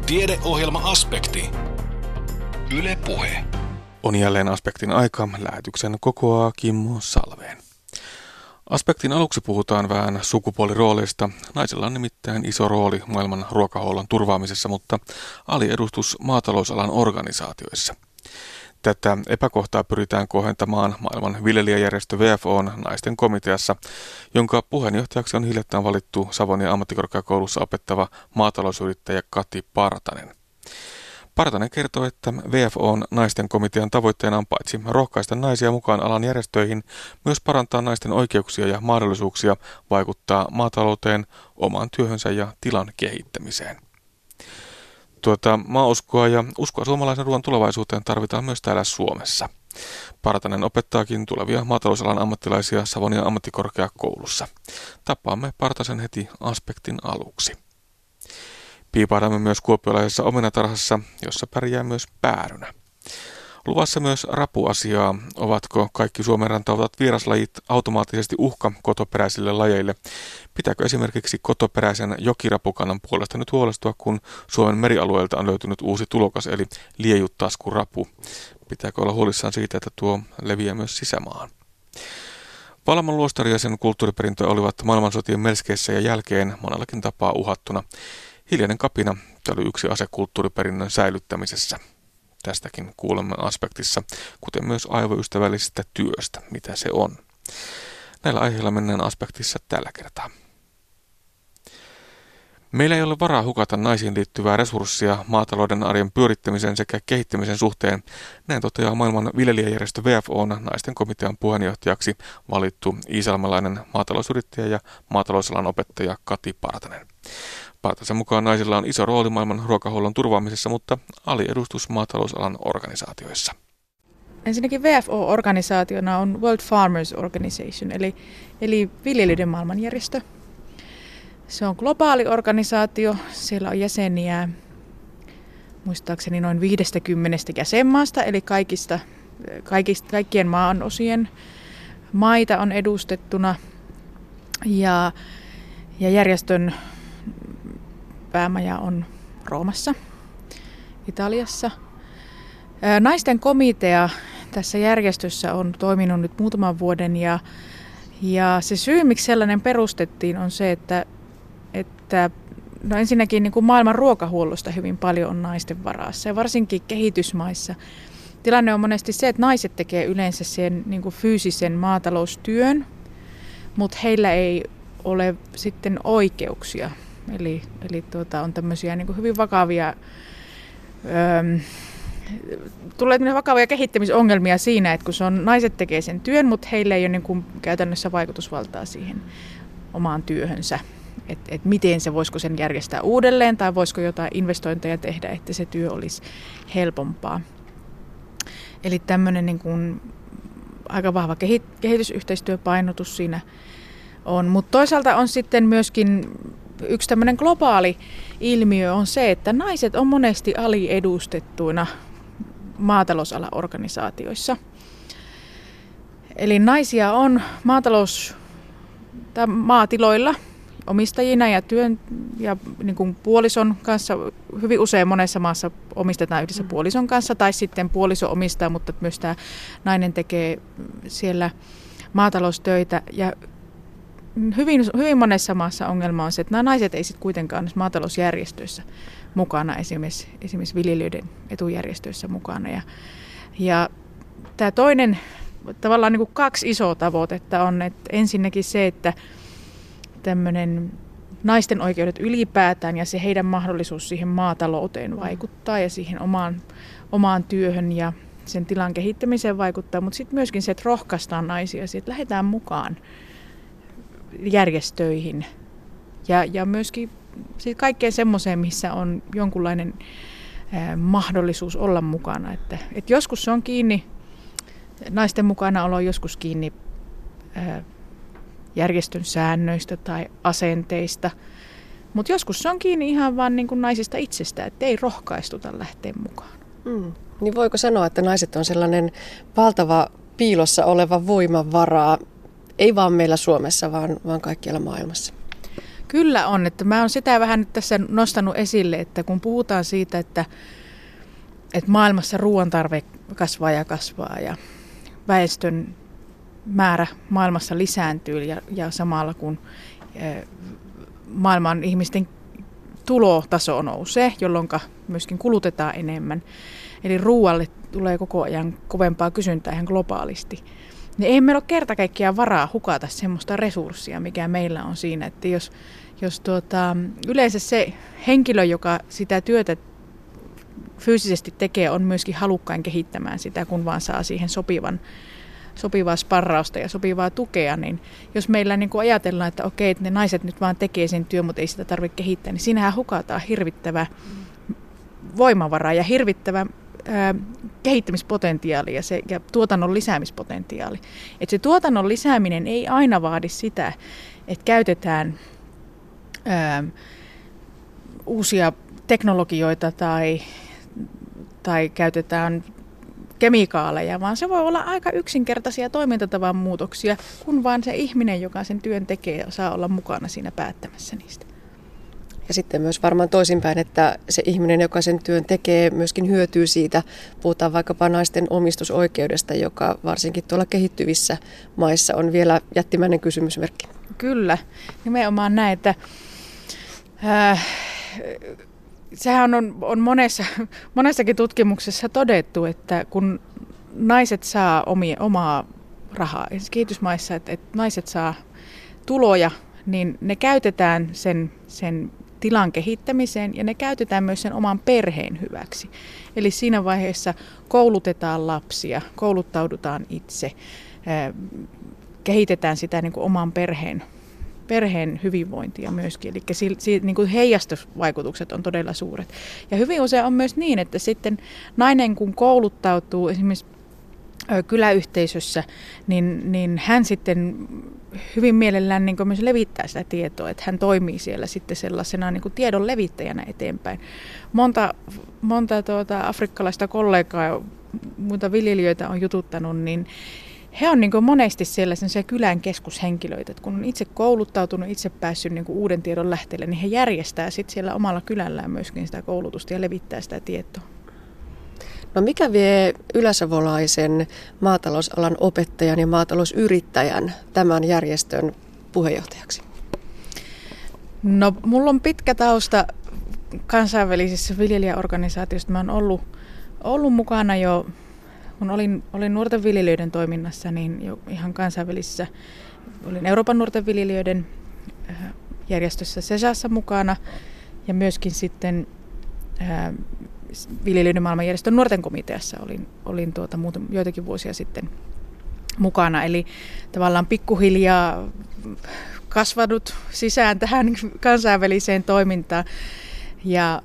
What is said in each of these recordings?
Tiedeohjelma-aspekti. Yle Puhe. On jälleen Aspektin aika. Lähetyksen kokoaa Kimmo Salveen. Aspektin aluksi puhutaan vähän sukupuolirooleista. Naisilla on nimittäin iso rooli maailman ruokahuollon turvaamisessa, mutta aliedustus maatalousalan organisaatioissa. Tätä epäkohtaa pyritään kohentamaan maailman viljelijäjärjestö WFO:n naisten komiteassa, jonka puheenjohtajaksi on hiljattain valittu Savonia ammattikorkeakoulussa opettava maatalousyrittäjä Kati Partanen. Partanen kertoo, että WFO:n naisten komitean tavoitteena on paitsi rohkaista naisia mukaan alan järjestöihin, myös parantaa naisten oikeuksia ja mahdollisuuksia vaikuttaa maatalouteen, omaan työhönsä ja tilan kehittämiseen. Maauskoa ja uskoa suomalaisen ruoan tulevaisuuteen tarvitaan myös täällä Suomessa. Partanen opettaakin tulevia maatalousalan ammattilaisia Savonia ammattikorkeakoulussa. Tapaamme Partasen heti Aspektin aluksi. Piipahdamme myös kuopiolaisessa omenatarhassa, jossa pärjää myös päärynä. Luvassa myös rapuasiaa. Ovatko kaikki Suomen rantautat vieraslajit automaattisesti uhka kotoperäisille lajeille? Pitääkö esimerkiksi kotoperäisen jokirapukannan puolesta nyt huolestua, kun Suomen merialueelta on löytynyt uusi tulokas, eli liejuttaskurapu? Pitääkö olla huolissaan siitä, että tuo leviää myös sisämaahan? Valaman luostari ja sen kulttuuriperintö olivat maailmansotien melskeissä ja jälkeen monellakin tapaa uhattuna. Hiljainen kapina oli yksi ase kulttuuriperinnön säilyttämisessä. Tästäkin kuulemme Aspektissa, kuten myös aivoystävällisestä työstä, mitä se on. Näillä aiheilla mennään Aspektissa tällä kertaa. Meillä ei ole varaa hukata naisiin liittyvää resurssia maatalouden arjen pyörittämisen sekä kehittämisen suhteen. Näin toteaa maailman viljelijäjärjestö WFO:n naisten komitean puheenjohtajaksi valittu iisalmelainen maatalousyrittäjä ja maatalousalan opettaja Kati Partanen. Partasen mukaan naisilla on iso rooli maailman ruokahuollon turvaamisessa, mutta aliedustus maatalousalan organisaatioissa. Ensinnäkin WFO-organisaationa on World Farmers Organization, eli viljelijöiden maailmanjärjestö. Se on globaali organisaatio. Siellä on jäseniä muistaakseni noin 50 jäsenmaasta, eli kaikkien maanosien maita on edustettuna. Ja järjestön päämaja on Roomassa, Italiassa. Naisten komitea tässä järjestössä on toiminut nyt muutaman vuoden ja se syy, miksi sellainen perustettiin, on se, että ensinnäkin niin kuin maailman ruokahuollosta hyvin paljon on naisten varassa ja varsinkin kehitysmaissa. Tilanne on monesti se, että naiset tekee yleensä sen niin kuin fyysisen maataloustyön, mutta heillä ei ole sitten oikeuksia. Eli on tämmöisiä niin kuin hyvin vakavia, tulee vakavia kehittämisongelmia siinä, että kun naiset tekee sen työn, mutta heillä ei ole niin kuin käytännössä vaikutusvaltaa siihen omaan työhönsä. Et miten voisiko sen järjestää uudelleen tai voisiko jotain investointeja tehdä, että se työ olisi helpompaa. Eli tämmöinen niin kuin aika vahva kehitysyhteistyöpainotus siinä on. Mutta toisaalta on sitten myöskin yksi tämmöinen globaali ilmiö on se, että naiset on monesti aliedustettuina maatalousalaorganisaatioissa. Eli naisia on maatiloilla omistajina ja niin kuin puolison kanssa. Hyvin usein monessa maassa omistetaan yhdessä puolison kanssa tai sitten puoliso omistaa, mutta myös tämä nainen tekee siellä maataloustöitä. Ja hyvin monessa maassa ongelma on se, että nämä naiset ei sitten kuitenkaan ole maatalousjärjestöissä mukana, esimerkiksi viljelijöiden etujärjestöissä mukana. Ja tämä toinen, tavallaan niin kuin kaksi isoa tavoitetta on, että ensinnäkin se, että tämmöinen naisten oikeudet ylipäätään ja se heidän mahdollisuus siihen maatalouteen vaikuttaa ja siihen omaan työhön ja sen tilan kehittämiseen vaikuttaa, mutta sitten myöskin se, että rohkaistaan naisia, että lähdetään mukaan järjestöihin ja myöskin kaikkeen semmoiseen, missä on jonkunlainen mahdollisuus olla mukana. Että joskus se on kiinni, naisten mukanaolo on joskus kiinni järjestön säännöistä tai asenteista, mutta joskus se on kiinni ihan vaan niin kuin naisista itsestään, että ei rohkaistuta lähteä mukaan. Niin voiko sanoa, että naiset on sellainen valtava piilossa oleva voimavara, ei vaan meillä Suomessa, vaan kaikkialla maailmassa? Kyllä on, että mä oon sitä vähän nyt tässä nostanut esille, että kun puhutaan siitä, että maailmassa ruoan tarve kasvaa ja väestön määrä maailmassa lisääntyy ja samalla kun maailman ihmisten tulotaso nousee, jolloin myöskin kulutetaan enemmän. Eli ruoalle tulee koko ajan kovempaa kysyntää ihan globaalisti. Niin ei meillä ole kerta kaikkiaan varaa hukata semmoista resurssia, mikä meillä on siinä, että jos yleensä se henkilö, joka sitä työtä fyysisesti tekee, on myöskin halukkain kehittämään sitä, kun vaan saa siihen sopivaa sparrausta ja sopivaa tukea, niin jos meillä niin kuin ajatellaan, että okei, että ne naiset nyt vaan tekee sen työn, mutta ei sitä tarvitse kehittää, niin siinähän hukataan hirvittävä voimavara ja hirvittävä kehittämispotentiaali ja tuotannon lisäämispotentiaali. Että se tuotannon lisääminen ei aina vaadi sitä, että käytetään uusia teknologioita tai käytetään kemikaaleja, vaan se voi olla aika yksinkertaisia toimintatavan muutoksia, kun vaan se ihminen, joka sen työn tekee, saa olla mukana siinä päättämässä niistä. Ja sitten myös varmaan toisinpäin, että se ihminen, joka sen työn tekee, myöskin hyötyy siitä. Puhutaan vaikkapa naisten omistusoikeudesta, joka varsinkin tuolla kehittyvissä maissa on vielä jättimäinen kysymysmerkki. Kyllä, nimenomaan näin, että sehän on monessakin tutkimuksessa todettu, että kun naiset saa omaa rahaa, kehitysmaissa, että naiset saa tuloja, niin ne käytetään sen tilan kehittämiseen ja ne käytetään myös sen oman perheen hyväksi. Eli siinä vaiheessa koulutetaan lapsia, kouluttaudutaan itse, kehitetään sitä niin kuin oman perheen hyvinvointia myöskin. Eli niin kuin heijastusvaikutukset on todella suuret. Ja hyvin usein on myös niin, että sitten nainen kun kouluttautuu esimerkiksi kyläyhteisössä, niin hän sitten hyvin mielellään niin kuin myös levittää sitä tietoa, että hän toimii siellä sitten sellaisena niin kuin tiedon levittäjänä eteenpäin. Monta afrikkalaista kollegaa ja muita viljelijöitä on jututtanut, niin he on niin kuin monesti sellaisia kylän keskushenkilöitä, että kun on itse kouluttautunut, itse päässyt niin kuin uuden tiedon lähteelle, niin he järjestää sitten siellä omalla kylällään myöskin sitä koulutusta ja levittää sitä tietoa. No mikä vie yläsavolaisen maatalousalan opettajan ja maatalousyrittäjän tämän järjestön puheenjohtajaksi? No mulla on pitkä tausta kansainvälisissä viljelijäorganisaatioissa. Mä oon ollut mukana jo, kun olin nuorten viljelijöiden toiminnassa, niin jo ihan kansainvälisissä, olin Euroopan nuorten viljelijöiden järjestössä SESAssa mukana ja myöskin sitten viljelijöiden maailmanjärjestön nuorten komiteassa olin joitakin vuosia sitten mukana. Eli tavallaan pikkuhiljaa kasvanut sisään tähän kansainväliseen toimintaan. Ja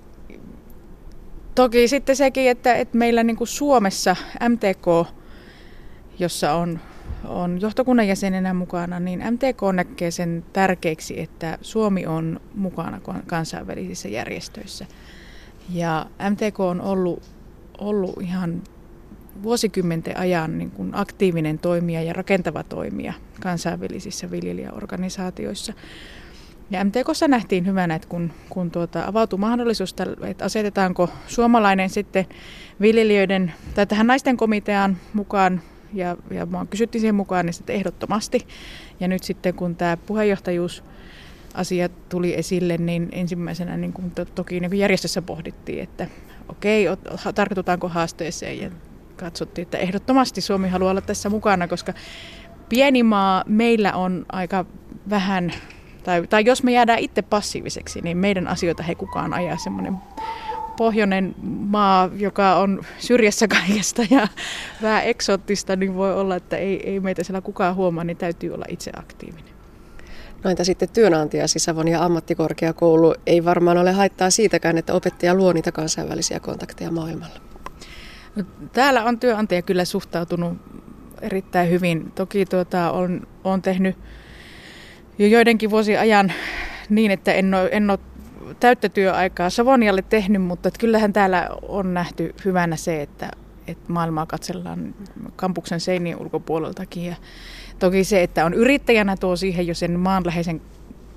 toki sitten sekin, että meillä niin kuin Suomessa MTK, jossa on johtokunnan jäsenenä mukana, niin MTK näkee sen tärkeäksi, että Suomi on mukana kansainvälisissä järjestöissä. Ja MTK on ollut ihan vuosikymmenten ajan niin kuin aktiivinen toimija ja rakentava toimija kansainvälisissä viljelijäorganisaatioissa. Ja MTK:ssa nähtiin hyvänä, että kun avautui mahdollisuus, että asetetaanko suomalainen sitten viljelijöiden tai tähän naisten komiteaan mukaan, ja minua kysyttiin siihen mukaan, niin sitten ehdottomasti. Ja nyt sitten kun tämä puheenjohtajuusasia tuli esille, niin ensimmäisenä niin kuin toki niin kuin järjestössä pohdittiin, että okei, tartutaanko haasteeseen, ja katsottiin, että ehdottomasti Suomi haluaa olla tässä mukana, koska pieni maa meillä on aika vähän, tai jos me jäädään itse passiiviseksi, niin meidän asioita ei kukaan aja. Semmoinen pohjoinen maa, joka on syrjässä kaikesta ja vähän eksoottista, niin voi olla, että ei meitä siellä kukaan huomaa, niin täytyy olla itse aktiivinen. No entä sitten työnantajasi Savonia ammattikorkeakoulu? Ei varmaan ole haittaa siitäkään, että opettaja luo niitä kansainvälisiä kontakteja maailmalla. No, täällä on työnantaja kyllä suhtautunut erittäin hyvin. Toki olen tehnyt jo joidenkin vuosien ajan niin, että en ole täyttä työaikaa Savonialle tehnyt, mutta kyllähän täällä on nähty hyvänä se, että maailmaa katsellaan kampuksen seinien ulkopuoleltakin. Ja toki se, että on yrittäjänä tuo siihen jo sen maanläheisen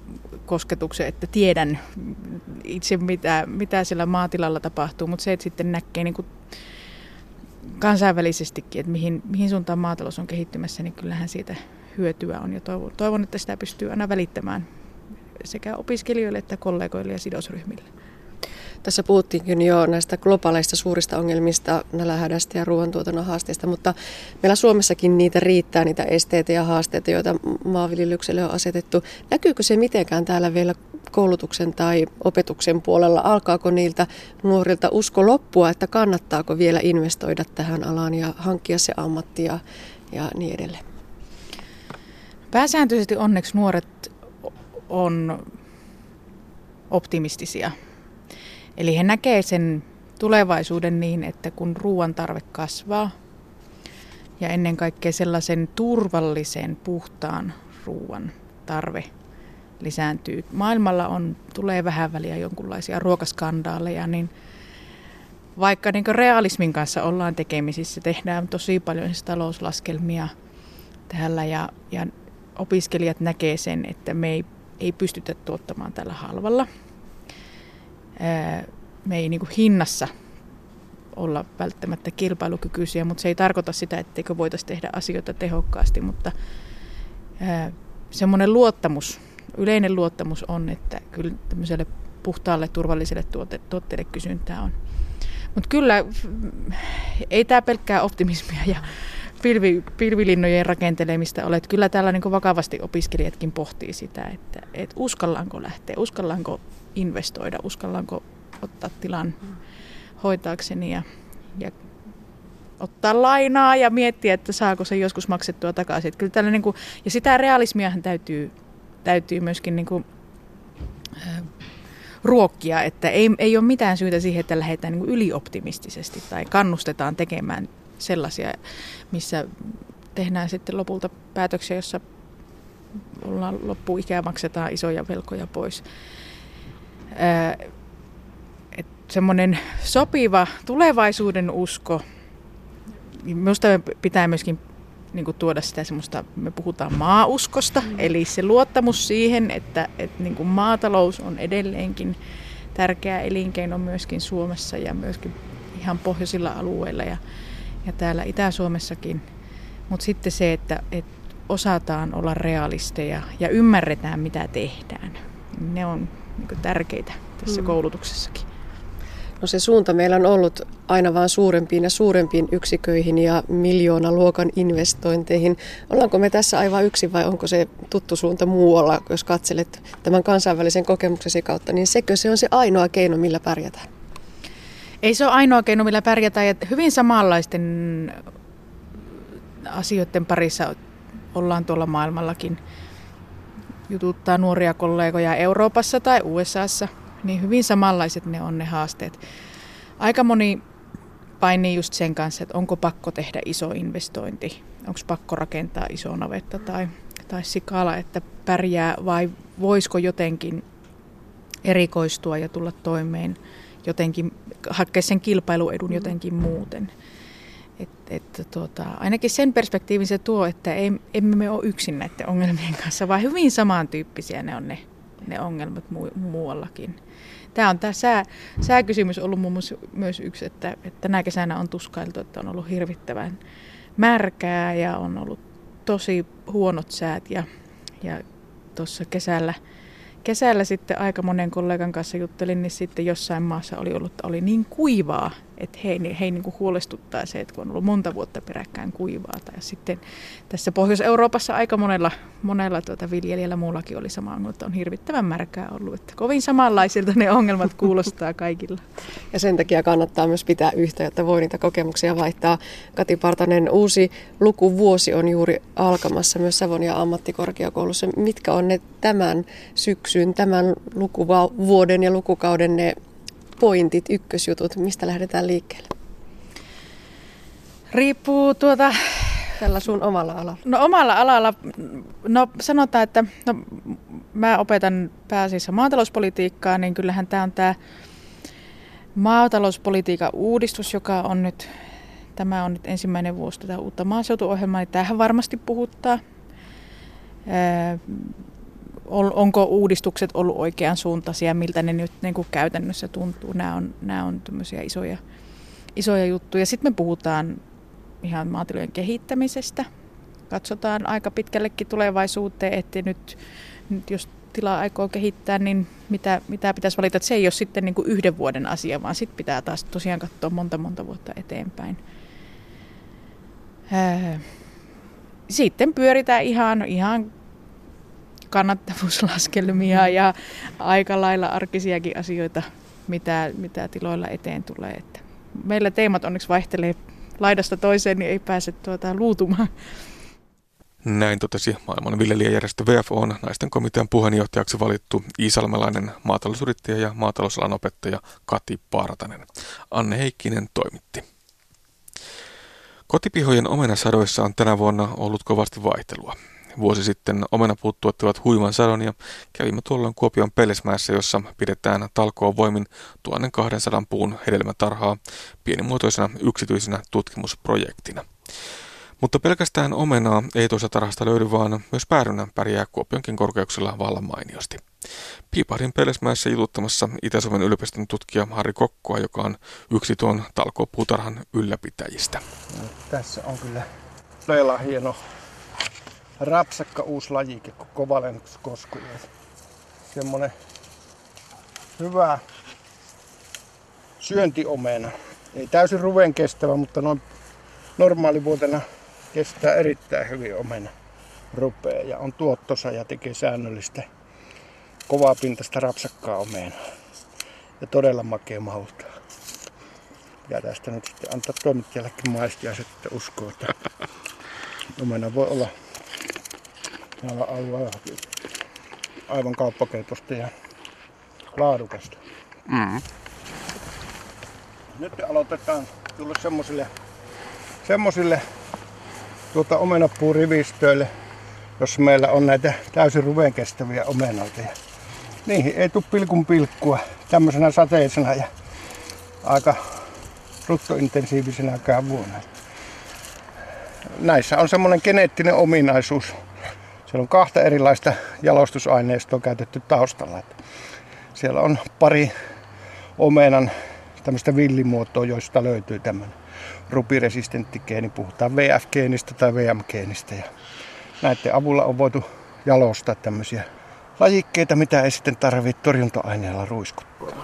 kosketuksen, että tiedän itse mitä siellä maatilalla tapahtuu, mutta se, että sitten näkee niin kuin kansainvälisestikin, että mihin suuntaan maatalous on kehittymässä, niin kyllähän siitä hyötyä on ja toivon, että sitä pystyy aina välittämään sekä opiskelijoille että kollegoille ja sidosryhmille. Tässä puhuttiinkin jo näistä globaaleista suurista ongelmista, nälänhädästä ja ruoantuotannon haasteista, mutta meillä Suomessakin niitä riittää, niitä esteitä ja haasteita, joita maanviljelykselle on asetettu. Näkyykö se mitenkään täällä vielä koulutuksen tai opetuksen puolella? Alkaako niiltä nuorilta usko loppua, että kannattaako vielä investoida tähän alaan ja hankkia se ammatti ja niin edelleen? Pääsääntöisesti onneksi nuoret on optimistisia. Eli he näkevät sen tulevaisuuden niin, että kun ruoan tarve kasvaa ja ennen kaikkea sellaisen turvallisen, puhtaan ruoan tarve lisääntyy. Maailmalla tulee vähän väliä jonkunlaisia ruokaskandaaleja, niin vaikka niin realismin kanssa ollaan tekemisissä, tehdään tosi paljon talouslaskelmia täällä ja opiskelijat näkee sen, että me ei pystytä tuottamaan tällä halvalla. Me ei niin kuin hinnassa olla välttämättä kilpailukykyisiä, mutta se ei tarkoita sitä, etteikö voitaisiin tehdä asioita tehokkaasti, mutta semmoinen luottamus, yleinen luottamus on, että kyllä tämmöiselle puhtaalle, turvalliselle tuotteelle kysyntää on. Mutta kyllä ei tämä pelkkää optimismia ja pilvilinnojen rakentelemista ole. Että kyllä täällä niin kuin vakavasti opiskelijatkin pohtii sitä, että uskallaanko lähteä, uskallaanko investoida, uskallanko ottaa tilan hoitaakseni ja ottaa lainaa ja miettiä, että saako se joskus maksettua takaisin. Että kyllä tällä niin kuin, ja sitä realismiahan täytyy myöskin niin kuin, ruokkia, että ei ole mitään syytä siihen, että lähdetään niin kuin ylioptimistisesti tai kannustetaan tekemään sellaisia, missä tehdään sitten lopulta päätöksiä, jossa ollaan loppuikää, maksetaan isoja velkoja pois. Semmoinen sopiva tulevaisuuden usko, minusta pitää myöskin niin kuin tuoda sitä semmoista, me puhutaan maauskosta, eli se luottamus siihen, että niin kuin maatalous on edelleenkin tärkeä elinkeino myöskin Suomessa ja myöskin ihan pohjoisilla alueilla ja täällä Itä-Suomessakin. Mutta sitten se, että osataan olla realisteja ja ymmärretään, mitä tehdään. Ne on niin kuin tärkeitä tässä koulutuksessakin. No se suunta meillä on ollut aina vaan suurempiin ja suurempiin yksiköihin ja miljoonaluokan investointeihin. Ollaanko me tässä aivan yksin vai onko se tuttu suunta muualla, jos katselet tämän kansainvälisen kokemuksesi kautta, niin sekö se on se ainoa keino, millä pärjätään? Ei se ole ainoa keino, millä pärjätään. Ja hyvin samanlaisten asioiden parissa ollaan tuolla maailmallakin. Jututtaa nuoria kollegoja Euroopassa tai USAssa. Niin hyvin samanlaiset ne on ne haasteet. Aika moni painii just sen kanssa, että onko pakko tehdä iso investointi. Onko pakko rakentaa iso navetta tai sikala, että pärjää vai voisiko jotenkin erikoistua ja tulla toimeen jotenkin, hakea sen kilpailuedun jotenkin muuten. Ainakin sen perspektiivin se tuo, että emme me ole yksin näiden ongelmien kanssa, vaan hyvin samantyyppisiä ne on ne ongelmat muuallakin. Tämä on tämä sääkysymys ollut muun muassa myös yksi, että tänä kesänä on tuskailtu, että on ollut hirvittävän märkää ja on ollut tosi huonot säät ja tuossa kesällä sitten aika monen kollegan kanssa juttelin, niin sitten jossain maassa oli niin kuivaa, että he niin kuin huolestuttaa se, että kun on ollut monta vuotta peräkkäin kuivaa. Tai sitten tässä Pohjois-Euroopassa aika monella viljelijällä muullakin oli sama ongelma, että on hirvittävän märkää ollut. Että kovin samanlaisilta ne ongelmat kuulostaa kaikilla. Ja sen takia kannattaa myös pitää yhtä, jotta voi niitä kokemuksia vaihtaa. Kati Partanen, uusi lukuvuosi on juuri alkamassa myös Savonian ammattikorkeakoulussa. Mitkä on ne tämän syksyn, tämän lukuvuoden ja lukukauden ne pointit, ykkösjutut, mistä lähdetään liikkeelle? Riippuu tällä sun omalla alalla. No omalla alalla, sanotaan, että mä opetan pääasiassa maatalouspolitiikkaa, niin kyllähän tämä on tämä maatalouspolitiikan uudistus, joka on nyt, tämä on nyt ensimmäinen vuosi tätä uutta maaseutuohjelmaa, niin tämähän varmasti puhuttaa. onko uudistukset ollut oikean suuntaisia, miltä ne nyt niin kuin käytännössä tuntuu. Nämä on tämmöisiä isoja juttuja. Sitten me puhutaan ihan maatilojen kehittämisestä. Katsotaan aika pitkällekin tulevaisuuteen, että nyt jos tila aikoo kehittää, niin mitä pitäisi valita. Että se ei ole sitten niin kuin 1 vuoden asia, vaan sitten pitää taas tosiaan katsoa monta vuotta eteenpäin. Sitten pyöritään ihan kannattavuuslaskelmia ja aika lailla arkisiakin asioita, mitä tiloilla eteen tulee. Että meillä teemat onneksi vaihtelee laidasta toiseen, niin ei pääse luutumaan. Näin totesi maailman viljelijäjärjestö WFO:n naisten komitean puheenjohtajaksi valittu iisalmelainen maatalousyrittäjä ja maatalousalan opettaja Kati Partanen. Anne Heikkinen toimitti. Kotipihojen omenasadoissa on tänä vuonna ollut kovasti vaihtelua. Vuosi sitten omenapuut tuottivat huiman sadon ja kävimme tuolloin Kuopion Pellesmäessä, jossa pidetään talkoovoimin 1200 puun hedelmätarhaa pienimuotoisena yksityisenä tutkimusprojektina. Mutta pelkästään omenaa ei tuossa tarhasta löydy, vaan myös päärynä pärjää Kuopionkin korkeuksilla vallan mainiosti. Piipahdin Pellesmäessä jututtamassa Itä-Suomen yliopiston tutkija Harri Kokkoa, joka on yksi tuon talkoopuutarhan ylläpitäjistä. Tässä on kyllä todella hieno rapsakka uusi lajike, kun Kovalenus kosku. Semmonen hyvä syöntiomena. Ei täysin ruven kestävä, mutta noin normaalivuotena kestää erittäin hyvin omena rupea ja on tuottosa ja tekee säännöllistä kovapintaista rapsakkaa omenaa. Ja todella makea maulta. Ja tästä nyt sitten antaa toimittajallekin maistia ja sitten uskoo, että omena voi olla täällä alueella aivan kauppakelpoista ja laadukasta. Nyt aloitetaan tulla semmosille omenapuurivistöille, jossa meillä on näitä täysin ruveen kestäviä omenoita. Ja niihin ei tule pilkkua tämmöisenä sateisena ja aika bruttointensiivisenäkään vuonna. Näissä on semmoinen geneettinen ominaisuus. Siellä on 2 erilaista jalostusaineistoa käytetty taustalla. Siellä on pari omenan tämmöistä villimuotoa, joista löytyy tämmöinen rupiresistentti geeni. Puhutaan VF-geenistä tai VM-geenistä. Ja näiden avulla on voitu jalostaa tämmöisiä lajikkeita, mitä ei sitten tarvitse torjunta-aineella ruiskuttaa.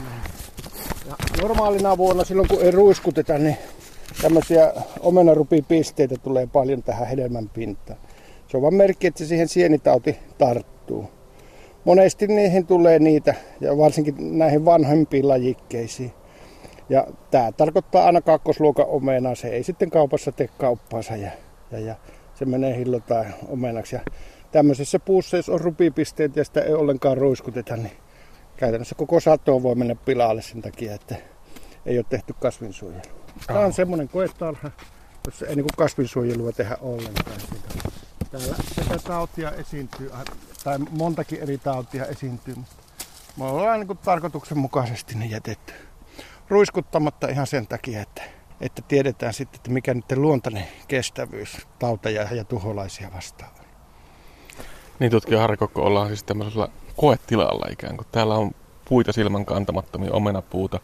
Ja normaalina vuonna, silloin kun ei ruiskuteta, niin tämmöisiä omenarupipisteitä tulee paljon tähän hedelmän pintaan. Se on vaan merkki, että siihen sienitauti tarttuu. Monesti niihin tulee niitä, ja varsinkin näihin vanhempiin lajikkeisiin. Ja tämä tarkoittaa aina kakkosluokan omenaa. Se ei sitten kaupassa tee kauppaansa ja se menee hillotaan omenaksi. Ja tämmöisessä puussa, jos on rupipisteet ja sitä ei ollenkaan ruiskuteta, niin käytännössä koko sato voi mennä pilalle sen takia, että ei ole tehty kasvinsuojelua. Tämä on semmoinen koetarha, jossa ei kasvinsuojelua tehdä ollenkaan. Täällä tätä tautia esiintyy, tai montakin eri tautia esiintyy, mutta me ollaan tarkoituksenmukaisesti ne jätetty ruiskuttamatta ihan sen takia, että tiedetään sitten, että mikä niiden luontainen kestävyys tauteja ja tuholaisia vastaan. Niin tutkija Harri Kokko, ollaan siis tämmöisellä koetilalla ikään kuin. Täällä on puita silmän kantamattomia omenapuuta.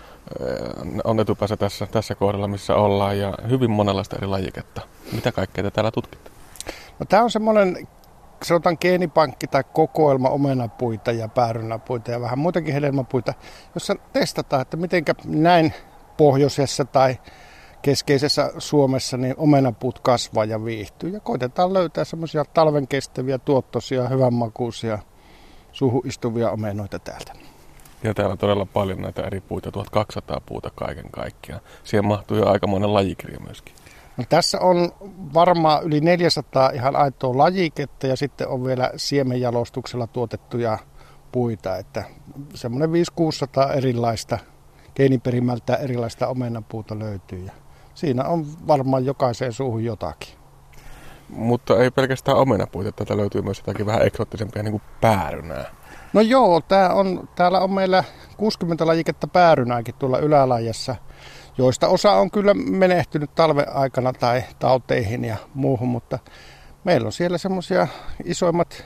On etupäässä tässä kohdalla, missä ollaan, ja hyvin monenlaista eri lajiketta. Mitä kaikkea te täällä tutkitte? No, tämä on semmoinen, sanotaan geenipankki tai kokoelma omenapuita ja päärynäpuita ja vähän muitakin hedelmäpuita, jossa testataan, että miten näin pohjoisessa tai keskeisessä Suomessa niin omenapuut kasvaa ja viihtyy. Ja koitetaan löytää semmoisia talven kestäviä, tuottoisia, hyvänmakuisia, suuhun istuvia omenoita täältä. Ja täällä on todella paljon näitä eri puita, 1200 puuta kaiken kaikkiaan. Siihen mahtuu jo aikamoinen lajikirja myöskin. No, tässä on varmaan yli 400 ihan aitoa lajiketta ja sitten on vielä siemenjalostuksella tuotettuja puita. Että semmoinen 500-600 erilaista, geeniperimältä erilaista omenapuuta löytyy. Ja siinä on varmaan jokaiseen suuhun jotakin. Mutta ei pelkästään omenapuita, tätä löytyy myös jotakin vähän eksoottisempia niin kuin päärynää. No joo, täällä on meillä 60 lajiketta päärynääkin tuolla ylälajassa, joista osa on kyllä menehtynyt talven aikana tai tauteihin ja muuhun, mutta meillä on siellä semmoisia isoimmat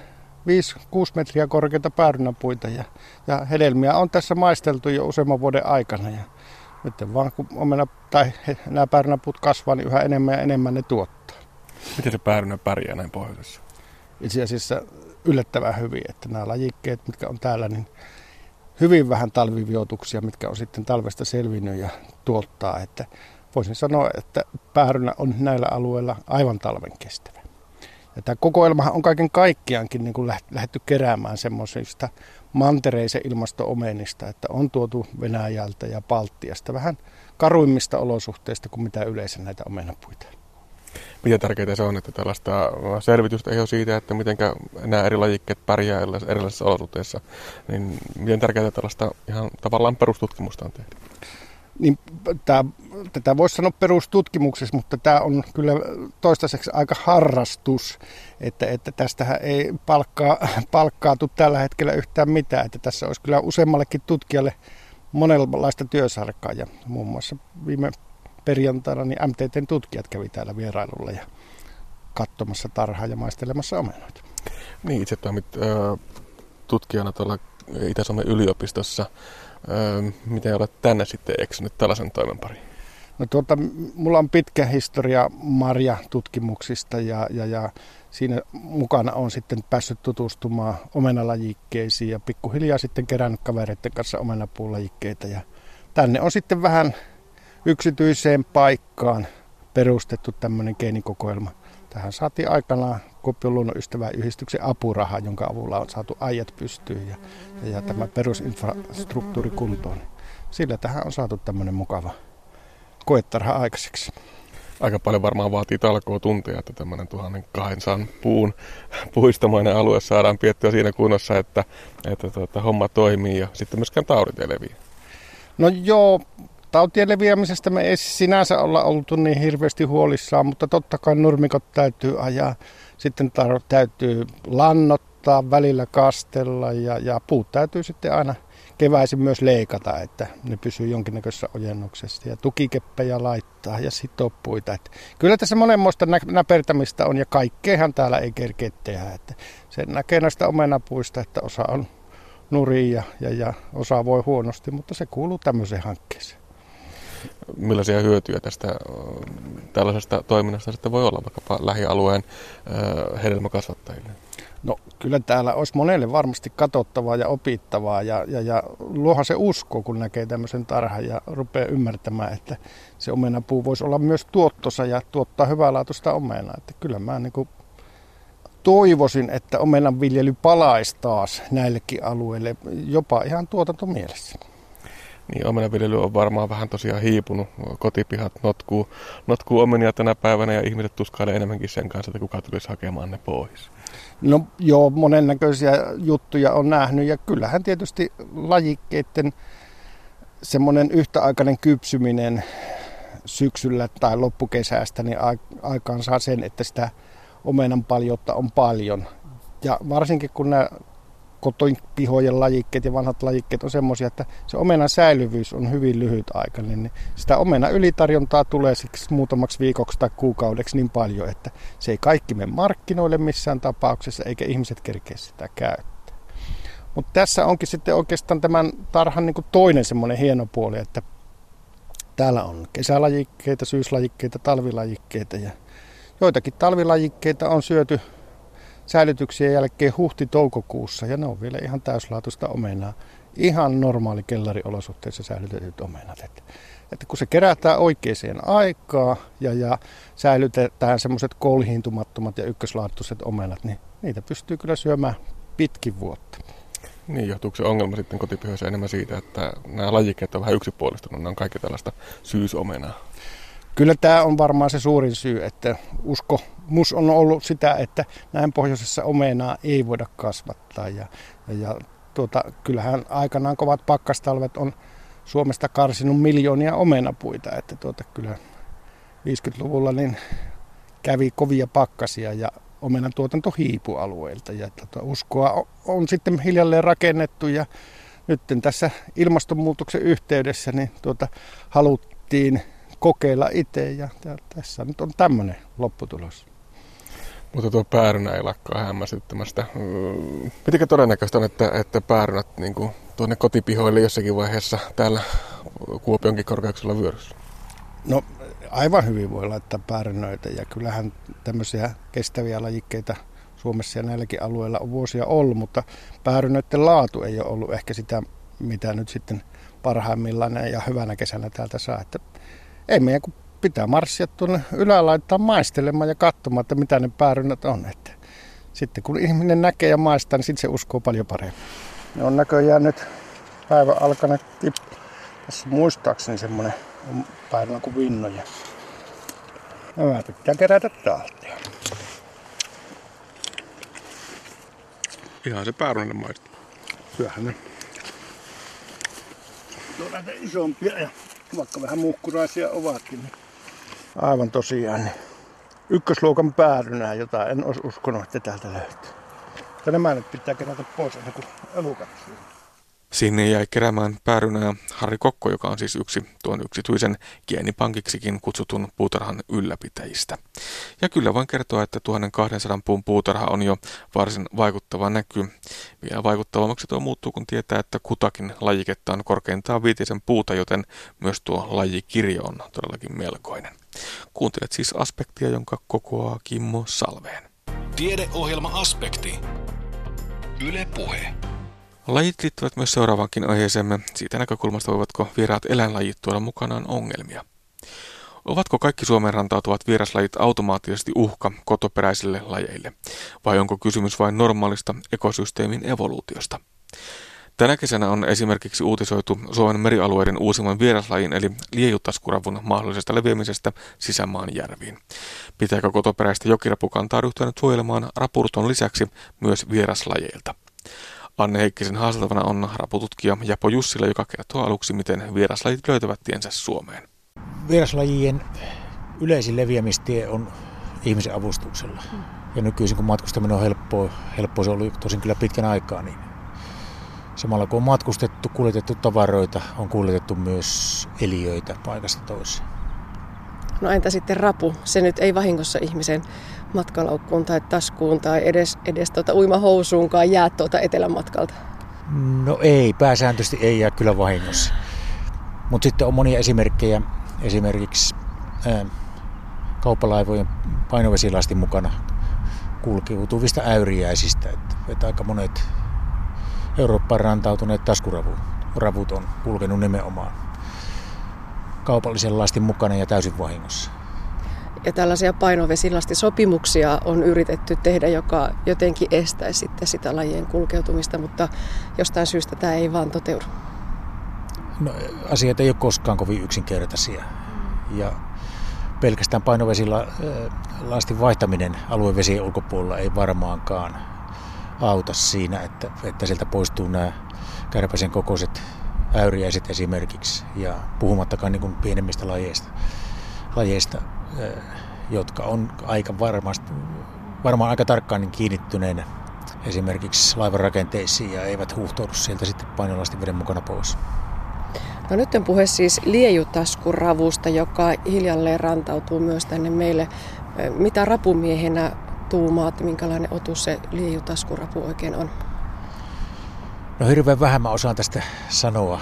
5-6 metriä korkeita päärynäpuita ja hedelmiä on tässä maisteltu jo useamman vuoden aikana. Ja nyt vaan kun nämä päärynäpuut kasvaa, niin yhä enemmän ja enemmän ne tuottaa. Miten se päärynä pärjää näin pohjoisessa? Itse asiassa yllättävän hyvin, että nämä lajikkeet, mitkä on täällä, niin hyvin vähän talvivioituksia, mitkä on sitten talvesta selvinnyt ja tuottaa. Että voisin sanoa, että päärynä on näillä alueilla aivan talven kestävä. Ja tämä kokoelmahan on kaiken kaikkiaankin niin kuin lähdetty keräämään semmoisista mantereisen ilmasto-omenista, että on tuotu Venäjältä ja Baltiasta vähän karuimmista olosuhteista kuin mitä yleensä näitä omenapuita. Miten tärkeää se on, että tällaista selvitystä ei ole siitä, että miten nämä eri lajikkeet pärjää erilaisissa olosuhteissa, niin miten tärkeää tällaista ihan tavallaan perustutkimusta on tehdä? Niin, tätä voisi sanoa perustutkimuksessa, mutta tämä on kyllä toistaiseksi aika harrastus, että tästähän ei palkkaatu tällä hetkellä yhtään mitään, että tässä olisi kyllä useammallekin tutkijalle monenlaista työsarkaa ja muun muassa viime perjantaina niin MTT:n tutkijat kävi täällä vierailulla ja katsomassa tarhaa ja maistelemassa omenoita. Niin, itse toimit tutkijana tuolla Itä-Suomen yliopistossa. Miten olet tänne sitten eksynyt tällaisen toimen pariin? No mulla on pitkä historia marjatutkimuksista ja siinä mukana on sitten päässyt tutustumaan omenalajikkeisiin ja pikkuhiljaa sitten kerännyt kavereiden kanssa omenapuulajikkeita. Ja tänne on sitten vähän yksityiseen paikkaan perustettu tämmöinen geenikokoelma. Tähän saatiin aikanaan Kuopion luonnonystäväyhdistyksen apuraha, jonka avulla on saatu aiat pystyyn ja tämä perusinfrastruktuuri kuntoon. Sillä tähän on saatu tämmöinen mukava koetarha aikaiseksi. Aika paljon varmaan vaatii talkootunteja, että tämmöinen 1200 puun puistomainen alue saadaan piettyä siinä kunnossa, että homma toimii ja sitten myöskään taudit ei leviä. No joo, tautien leviämisestä me ei sinänsä olla oltu niin hirveästi huolissaan, mutta totta kai nurmikot täytyy ajaa. Sitten täytyy lannottaa, välillä kastella ja puut täytyy sitten aina keväisin myös leikata, että ne pysyy jonkinnäköisessä ojennuksessa ja tukikeppejä laittaa ja sitoo puita. Että kyllä tässä monenmoista näpertämistä on ja kaikkeahan täällä ei kerkeä tehdä. Että se näkee näistä omenapuista, että osa on nuria ja osa voi huonosti, mutta se kuuluu tämmöiseen hankkeeseen. Millaisia hyötyjä tästä tällaisesta toiminnasta sitten voi olla vaikkapa lähialueen hedelmäkasvattajille? No kyllä täällä olisi monelle varmasti katsottavaa ja opittavaa ja luohan se usko, kun näkee tämmöisen tarhan ja rupeaa ymmärtämään, että se omenapuu voisi olla myös tuottosa ja tuottaa hyvälaatuista omenaa. Että kyllä mä toivoisin, että omenan viljely palaisi taas näillekin alueille, jopa ihan tuotantomielessä. Niin, omenanviljely on varmaan vähän tosiaan hiipunut. Kotipihat notkuu omenia tänä päivänä ja ihmiset tuskailee enemmänkin sen kanssa, että kuka tulisi hakemaan ne pois. No joo, monennäköisiä juttuja on nähnyt ja kyllähän tietysti lajikkeiden semmoinen yhtäaikainen kypsyminen syksyllä tai loppukesästä niin aikaan saa sen, että sitä omenan paljoutta on paljon. Ja varsinkin kun nämä kotipihojen lajikkeet ja vanhat lajikkeet on semmoisia, että se omenan säilyvyys on hyvin lyhytaikainen, niin sitä omenan ylitarjontaa tulee siksi muutamaksi viikoksi tai kuukaudeksi niin paljon, että se ei kaikki mene markkinoille missään tapauksessa, eikä ihmiset kerkeä sitä käyttää. Mutta tässä onkin sitten oikeastaan tämän tarhan niin kuin toinen semmoinen hieno puoli, että täällä on kesälajikkeita, syyslajikkeita, talvilajikkeita ja joitakin talvilajikkeita on syöty säilytyksien jälkeen huhti-toukokuussa ja ne on vielä ihan täyslaatuista omenaa. Ihan normaali kellariolosuhteissa säilytetyt omenat. Että kun se kerätään oikeaan aikaan ja säilytetään semmoiset kolhiintumattomat ja ykköslaatuiset omenat, niin niitä pystyy kyllä syömään pitkin vuotta. Niin, johtuuko se ongelma sitten kotipihoissa enemmän siitä, että nämä lajikkeet on vähän yksipuolistunut, ne on kaikki tällaista syysomenaa? Kyllä tämä on varmaan se suurin syy, että uskomus on ollut sitä, että näin pohjoisessa omenaa ei voida kasvattaa. Kyllähän aikanaan kovat pakkastalvet on Suomesta karsinut miljoonia omenapuita. Että kyllä 50-luvulla niin kävi kovia pakkasia ja omenan tuotanto hiipui alueilta. Ja uskoa on sitten hiljalleen rakennettu ja nyt tässä ilmastonmuutoksen yhteydessä niin haluttiin kokeilla itse ja tässä nyt on tämmöinen lopputulos. Mutta tuo päärynä ei lakkaa hämmästyttämästä. Mitenkä todennäköistä on, että päärynät niin tuonne kotipihoille jossakin vaiheessa täällä Kuopionkin korkeuksella vyöryssä? No aivan hyvin voi laittaa päärynöitä ja kyllähän tämmöisiä kestäviä lajikkeita Suomessa ja näilläkin alueilla on vuosia ollut, mutta päärynöiden laatu ei ole ollut ehkä sitä, mitä nyt sitten parhaimmillaan ja hyvänä kesänä täältä saa. Että ei meidän kun pitää marssia tuonne ylä laittaa maistelemaan ja katsomaan, että mitä ne päärynät on. Että sitten kun ihminen näkee ja maistaa, niin sitten se uskoo paljon paremmin. Ne on näköjään nyt päivän alkana tässä muistaakseni semmoinen päärynä kuin vinnoja. Nämä pitää kerätä täältä. Ihan se päärynä maistuu. Syöhän ne. No näitä isompia ja vaikka vähän muhkuraisia ovatkin. Niin aivan tosiaan niin ykkösluokan päärynää, jota en olisi uskonut, että täältä löytyy. Ja nämä nyt pitää kerätä pois ennen kuin elukat syö. Sinne jäi keräämään päärynää Harri Kokko, joka on siis yksi tuon yksityisen geenipankiksikin kutsutun puutarhan ylläpitäjistä. Ja kyllä voin kertoa, että 1200 puun puutarha on jo varsin vaikuttava näky. Vielä vaikuttavammaksi tuo muuttuu, kun tietää, että kutakin lajiketta on korkeintaan 5 puuta, joten myös tuo lajikirjo on todellakin melkoinen. Kuuntelet siis Aspektia, jonka kokoaa Kimmo Salveen. Tiedeohjelma Aspekti. Yle Puhe. Lajit liittyvät myös seuraavankin aiheeseemme siitä näkökulmasta, voivatko vieraat eläinlajit tuoda mukanaan ongelmia. Ovatko kaikki Suomeen rantautuvat vieraslajit automaattisesti uhka kotoperäisille lajeille, vai onko kysymys vain normaalista ekosysteemin evoluutiosta? Tänä kesänä on esimerkiksi uutisoitu Suomen merialueiden uusimman vieraslajin eli liejutaskuravun mahdollisesta leviämisestä sisämaan järviin. Pitääkö kotoperäistä jokirapukantaa ryhtyä nyt suojelemaan rapurton lisäksi myös vieraslajeilta? Anne Heikkisen haastatavana on rapututkija Japo Jussila, joka kertoo aluksi, miten vieraslajit löytävät tiensä Suomeen. Vieraslajien yleisin leviämistie on ihmisen avustuksella. Ja nykyisin kun matkustaminen on helppoa, se oli tosin kyllä pitkän aikaa, niin samalla kun on matkustettu, kuljetettu tavaroita, on kuljetettu myös eliöitä paikasta toiseen. No entä sitten rapu? Se nyt ei vahingossa ihmisen matkalaukkuun tai taskuun tai edes uimahousuunkaan jää etelämatkalta. No ei, pääsääntöisesti ei jää kyllä vahingossa. Mutta sitten on monia esimerkkejä, esimerkiksi kauppalaivojen painovesilastin mukana kulkeutuvista äyriäisistä. Että aika monet Eurooppaan rantautuneet taskuravut on kulkenut nimenomaan kaupallisen lastin mukana ja täysin vahingossa. Ja tällaisia painovesilastisopimuksia on yritetty tehdä, joka jotenkin estäisi sitten sitä lajien kulkeutumista, mutta jostain syystä tämä ei vaan toteudu. No, asiat ei ole koskaan kovin yksinkertaisia. Ja pelkästään painovesilastin vaihtaminen aluevesien ulkopuolella ei varmaankaan auta siinä, että sieltä poistuu nämä kärpäsen kokoiset äyriäiset esimerkiksi. Ja puhumattakaan niin kuin pienemmistä lajeista, jotka on varmaan aika tarkkaan kiinnittyneenä esimerkiksi laivan rakenteisiin ja eivät huuhtoudu sieltä sitten painolastin veden mukana pois. No nyt on puhe siis liejutaskuravvusta, joka hiljalleen rantautuu myös tänne meille. Mitä rapumiehenä tuumaat, minkälainen otus se liejutaskurapu oikein on? No hirveän vähän mä osaan tästä sanoa.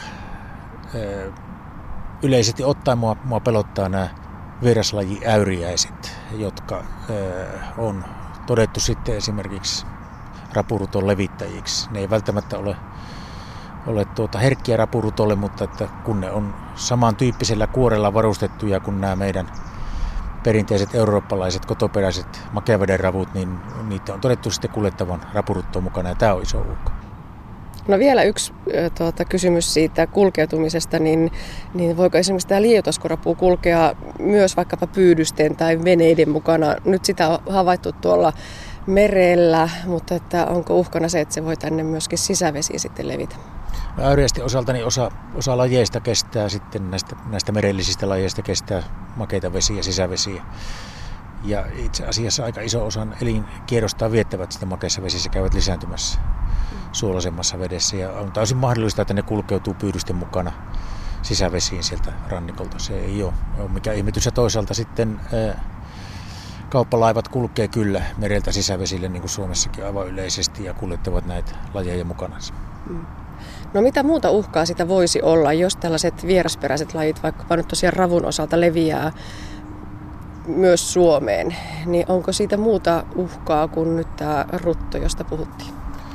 Yleisesti ottaen mua pelottaa nämä vieraslajiäyriäiset, jotka on todettu sitten esimerkiksi rapuruton levittäjiksi. Ne ei välttämättä ole herkkiä rapurutolle, mutta että kun ne on samantyyppisellä kuorella varustettuja kuin nämä meidän perinteiset eurooppalaiset kotoperäiset makeaveden ravut, niin niitä on todettu sitten kuljettavan rapuruttoon mukana ja tämä on iso uhka. No vielä yksi kysymys siitä kulkeutumisesta, niin voiko esimerkiksi tämä liejutaskurapuu kulkea myös vaikkapa pyydysten tai veneiden mukana? Nyt sitä on havaittu tuolla merellä, mutta että onko uhkana se, että se voi tänne myöskin sisävesiin sitten levitä? No äyriäisten osalta niin osa lajeista kestää sitten näistä merellisistä lajeista kestää makeita vesiä, sisävesiä. Ja itse asiassa aika iso osan elinkierrostaan viettävät sitten makeissa vesissä, käyvät lisääntymässä suolaisemmassa vedessä. Ja on täysin mahdollista, että ne kulkeutuu pyydysten mukana sisävesiin sieltä rannikolta. Se ei ole mikään ihmetys. Ja toisaalta sitten kauppalaivat kulkee kyllä mereltä sisävesille, niin kuin Suomessakin aivan yleisesti, ja kuljettavat näitä lajeja mukanaan. No mitä muuta uhkaa sitä voisi olla, jos tällaiset vierasperäiset lajit, vaikkapa nyt tosiaan ravun osalta leviää myös Suomeen, niin onko siitä muuta uhkaa kuin nyt tämä rutto, josta puhuttiin?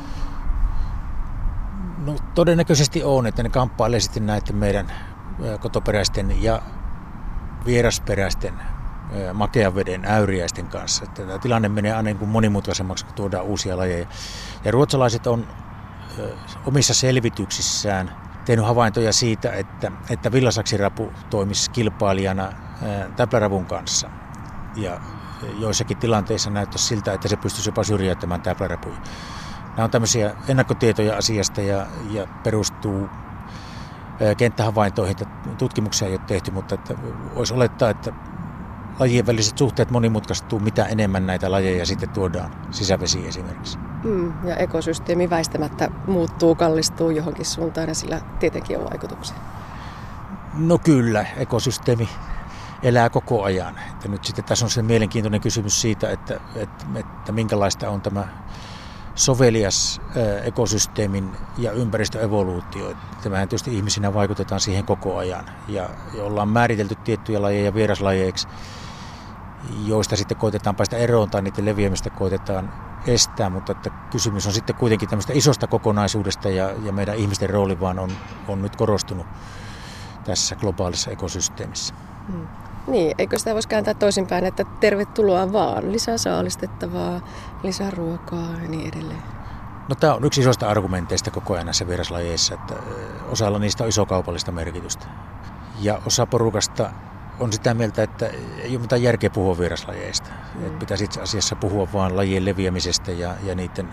No todennäköisesti on, että ne kamppailee sitten näiden meidän kotoperäisten ja vierasperäisten makean veden äyriäisten kanssa. Että tämä tilanne menee aina niin kuin monimutkaisemmaksi, kun tuodaan uusia lajeja. Ja ruotsalaiset on omissa selvityksissään tehnyt havaintoja siitä, että villasaksirapu toimisi kilpailijana täpläravun kanssa. Ja joissakin tilanteissa näyttäisi siltä, että se pystyisi jopa syrjäyttämään täplärapuja. Nämä on tämmöisiä ennakkotietoja asiasta ja perustuu kenttähavaintoihin, tutkimuksia ei ole tehty, mutta että voisi olettaa, että lajien väliset suhteet monimutkaistuu, mitä enemmän näitä lajeja sitten tuodaan sisävesiin esimerkiksi. Ja ekosysteemi väistämättä muuttuu, kallistuu johonkin suuntaan ja sillä tietenkin on vaikutuksia. No kyllä, ekosysteemi elää koko ajan. Että nyt sitten tässä on se mielenkiintoinen kysymys siitä, että minkälaista on tämä sovelias ekosysteemin ja ympäristöevoluutio. Tämähän tietysti ihmisinä vaikutetaan siihen koko ajan. Ja ollaan määritelty tiettyjä lajeja vieraslajeiksi, joista sitten koitetaan päästä eroon tai niiden leviämistä koitetaan estää, mutta että kysymys on sitten kuitenkin tämmöistä isosta kokonaisuudesta ja meidän ihmisten rooli vaan on nyt korostunut tässä globaalissa ekosysteemissä. Niin, eikö sitä voisi kääntää toisinpäin, että tervetuloa vaan, lisää saalistettavaa, lisää ruokaa ja niin edelleen? No tämä on yksi isoista argumenteista koko ajan näissä vieraslajeissa, että osalla niistä on iso kaupallista merkitystä. Ja osa porukasta on sitä mieltä, että ei ole mitään järkeä puhua vieraslajeista. Että pitäisi itse asiassa puhua vaan lajien leviämisestä ja niiden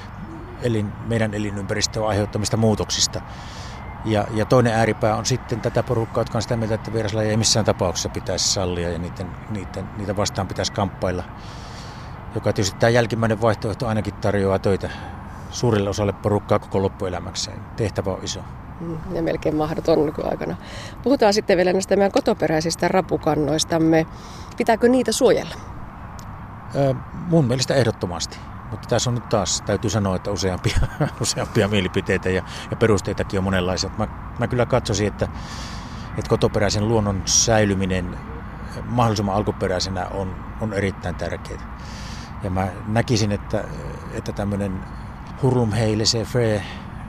meidän elinympäristöön aiheuttamista muutoksista. Ja toinen ääripää on sitten tätä porukkaa, jotka on sitä mieltä, että vieraslajeja ei missään tapauksessa pitäisi sallia ja niitä vastaan pitäisi kamppailla. Joka tietysti tämä jälkimmäinen vaihtoehto ainakin tarjoaa töitä suurille osalle porukkaa koko loppuelämäkseen. Tehtävä on iso. Ja melkein mahdoton nykyaikana. Puhutaan sitten vielä näistä meidän kotoperäisistä rapukannoistamme. Pitääkö niitä suojella? Mun mielestä ehdottomasti. Mutta tässä on nyt taas, täytyy sanoa, että useampia mielipiteitä ja perusteitakin on monenlaisia. Mä kyllä katsoisin, että kotoperäisen luonnon säilyminen mahdollisimman alkuperäisenä on erittäin tärkeää. Ja mä näkisin, että tämmöinen hurlum hei laissez-faire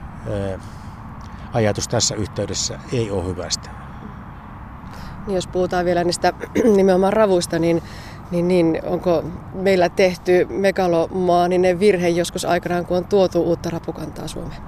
ajatus tässä yhteydessä ei ole hyvästä. Niin jos puhutaan vielä niistä nimenomaan ravuista, niin onko meillä tehty megalomaaninen virhe joskus aikanaan, kun on tuotu uutta rapukantaa Suomeen?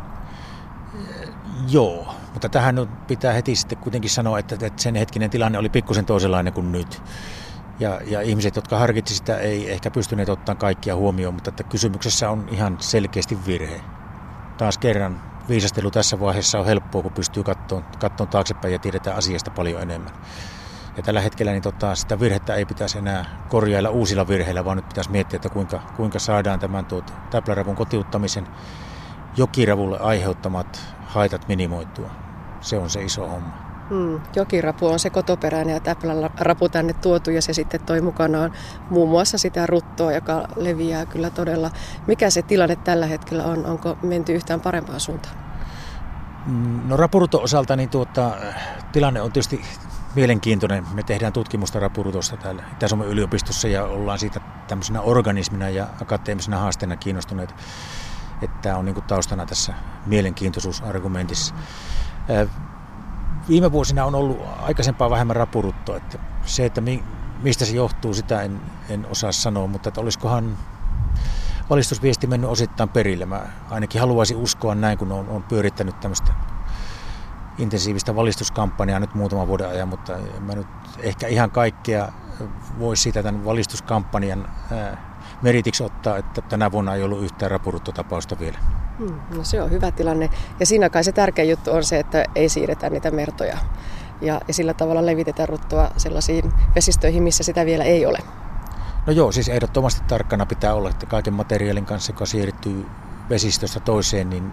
Joo, mutta tähän pitää heti sitten kuitenkin sanoa, että sen hetkinen tilanne oli pikkusen toisenlainen kuin nyt. Ja ihmiset, jotka harkitsivat sitä, ei ehkä pystyneet ottamaan kaikkia huomioon, mutta että kysymyksessä on ihan selkeästi virhe. Taas kerran viisastelu tässä vaiheessa on helppoa, kun pystyy katsomaan taaksepäin ja tiedetään asiasta paljon enemmän. Ja tällä hetkellä sitä virhettä ei pitäisi enää korjailla uusilla virheillä, vaan nyt pitäisi miettiä, että kuinka saadaan tämän täpläravun kotiuttamisen jokiravulle aiheuttamat haitat minimoitua. Se on se iso homma. Jokirapu on se kotoperäinen ja täplärapu tänne tuotu ja se sitten toi mukanaan muun muassa sitä ruttoa, joka leviää kyllä todella. Mikä se tilanne tällä hetkellä on? Onko menty yhtään parempaan suuntaan? No rapuruton osalta niin tilanne on tietysti mielenkiintoinen. Me tehdään tutkimusta rapurutosta täällä Itä-Suomen yliopistossa ja ollaan siitä tämmöisenä organismina ja akateemisena haasteena kiinnostuneita. Että tämä on niin kuin taustana tässä mielenkiintoisuusargumentissa. Viime vuosina on ollut aikaisempaa vähemmän rapuruttoa. Että se, että mistä se johtuu, sitä en osaa sanoa, mutta että olisikohan valistusviesti mennyt osittain perille. Mä ainakin haluaisin uskoa näin, kun on pyörittänyt tämmöistä intensiivistä valistuskampanjaa nyt muutaman vuoden ajan, mutta en mä nyt ehkä ihan kaikkea voi siitä tämän valistuskampanjan meritiksi ottaa, että tänä vuonna ei ollut yhtään rapuruttotapausta vielä. No se on hyvä tilanne. Ja siinä kai se tärkeä juttu on se, että ei siirretä niitä mertoja. Ja sillä tavalla levitetään ruttoa sellaisiin vesistöihin, missä sitä vielä ei ole. No joo, siis ehdottomasti tarkkana pitää olla, että kaiken materiaalin kanssa, joka siirtyy vesistöstä toiseen, niin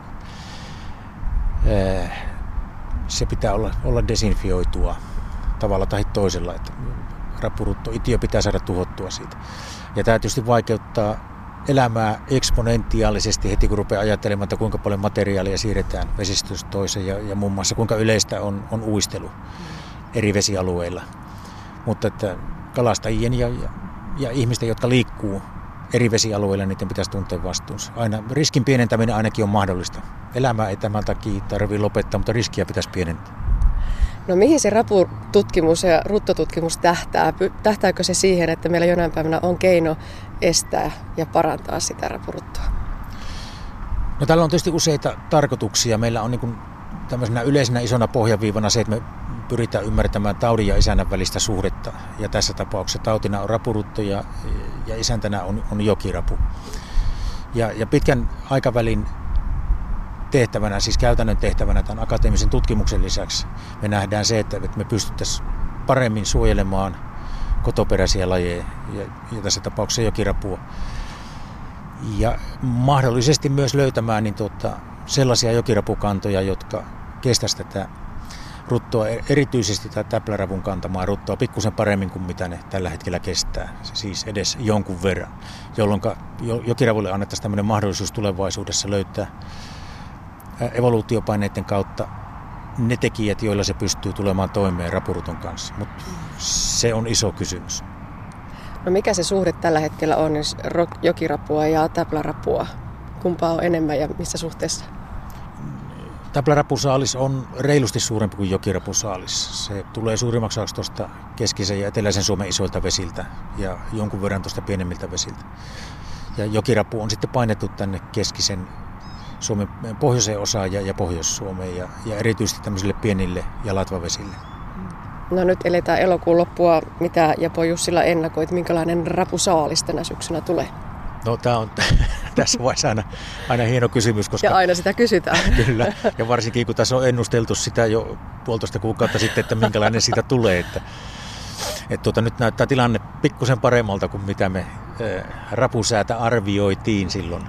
se pitää olla desinfioitua tavalla tai toisella. Että rapuruttoitio pitää saada tuhottua siitä. Ja tämä tietysti vaikeuttaa elämää eksponentiaalisesti heti, kun rupeaa ajattelemaan, että kuinka paljon materiaalia siirretään vesistöstä toiseen ja muun muassa kuinka yleistä on uistelu eri vesialueilla. Mutta että kalastajien ja ihmisten, jotka liikkuu eri vesialueilla, niiden pitäisi tuntea vastuunsa. Aina riskin pienentäminen ainakin on mahdollista. Elämää ei tämän takia tarvitse lopettaa, mutta riskiä pitäisi pienentää. No mihin se rapututkimus ja ruttotutkimus tähtää? Tähtääkö se siihen, että meillä jonain päivänä on keino estää ja parantaa sitä rapuruttoa? No tällä on tietysti useita tarkoituksia. Meillä on niin kuin tämmöisenä yleisenä isona pohjaviivana se, että me pyritään ymmärtämään taudin ja isännän välistä suhdetta. Ja tässä tapauksessa tautina on rapurutto ja isäntänä on jokirapu. Ja pitkän aikavälin tehtävänä, siis käytännön tehtävänä tämän akateemisen tutkimuksen lisäksi me nähdään se, että me pystyttäisiin paremmin suojelemaan kotoperäisiä lajeja ja tässä tapauksessa jokirapua. Ja mahdollisesti myös löytämään sellaisia jokirapukantoja, jotka kestäisivät tätä ruttoa, erityisesti tätä täpläravun kantamaa ruttoa pikkusen paremmin kuin mitä ne tällä hetkellä kestää, siis edes jonkun verran, jolloin jokiravulle annettaisiin tämmöinen mahdollisuus tulevaisuudessa löytää evoluutiopaineiden kautta ne tekijät, joilla se pystyy tulemaan toimeen rapuruton kanssa, mutta se on iso kysymys. No mikä se suhde tällä hetkellä on, jos jokirapua ja täplärapua? Kumpaa on enemmän ja missä suhteessa? Täplärapusaalis on reilusti suurempi kuin jokirapusaalis. Se tulee suurimmaksi osaksi tuosta keskisen ja eteläisen Suomen isoilta vesiltä ja jonkun verran tuosta pienemmiltä vesiltä. Ja jokirapu on sitten painettu tänne keskisen Suomen pohjoiseen osaan ja Pohjois-Suomeen ja erityisesti tämmöisille pienille ja latvavesille. No nyt eletään elokuun loppua. Mitä Japo Jussila ennakoit, minkälainen rapusaalis tänä syksynä tulee? No tämä on tässä vaiheessa aina hieno kysymys. Koska ja aina sitä kysytään. Kyllä, ja varsinkin kun tässä on ennusteltu sitä jo 1,5 kuukautta sitten, että minkälainen siitä tulee. Että nyt näyttää tilanne pikkusen paremmalta kuin mitä me rapusäätä arvioitiin silloin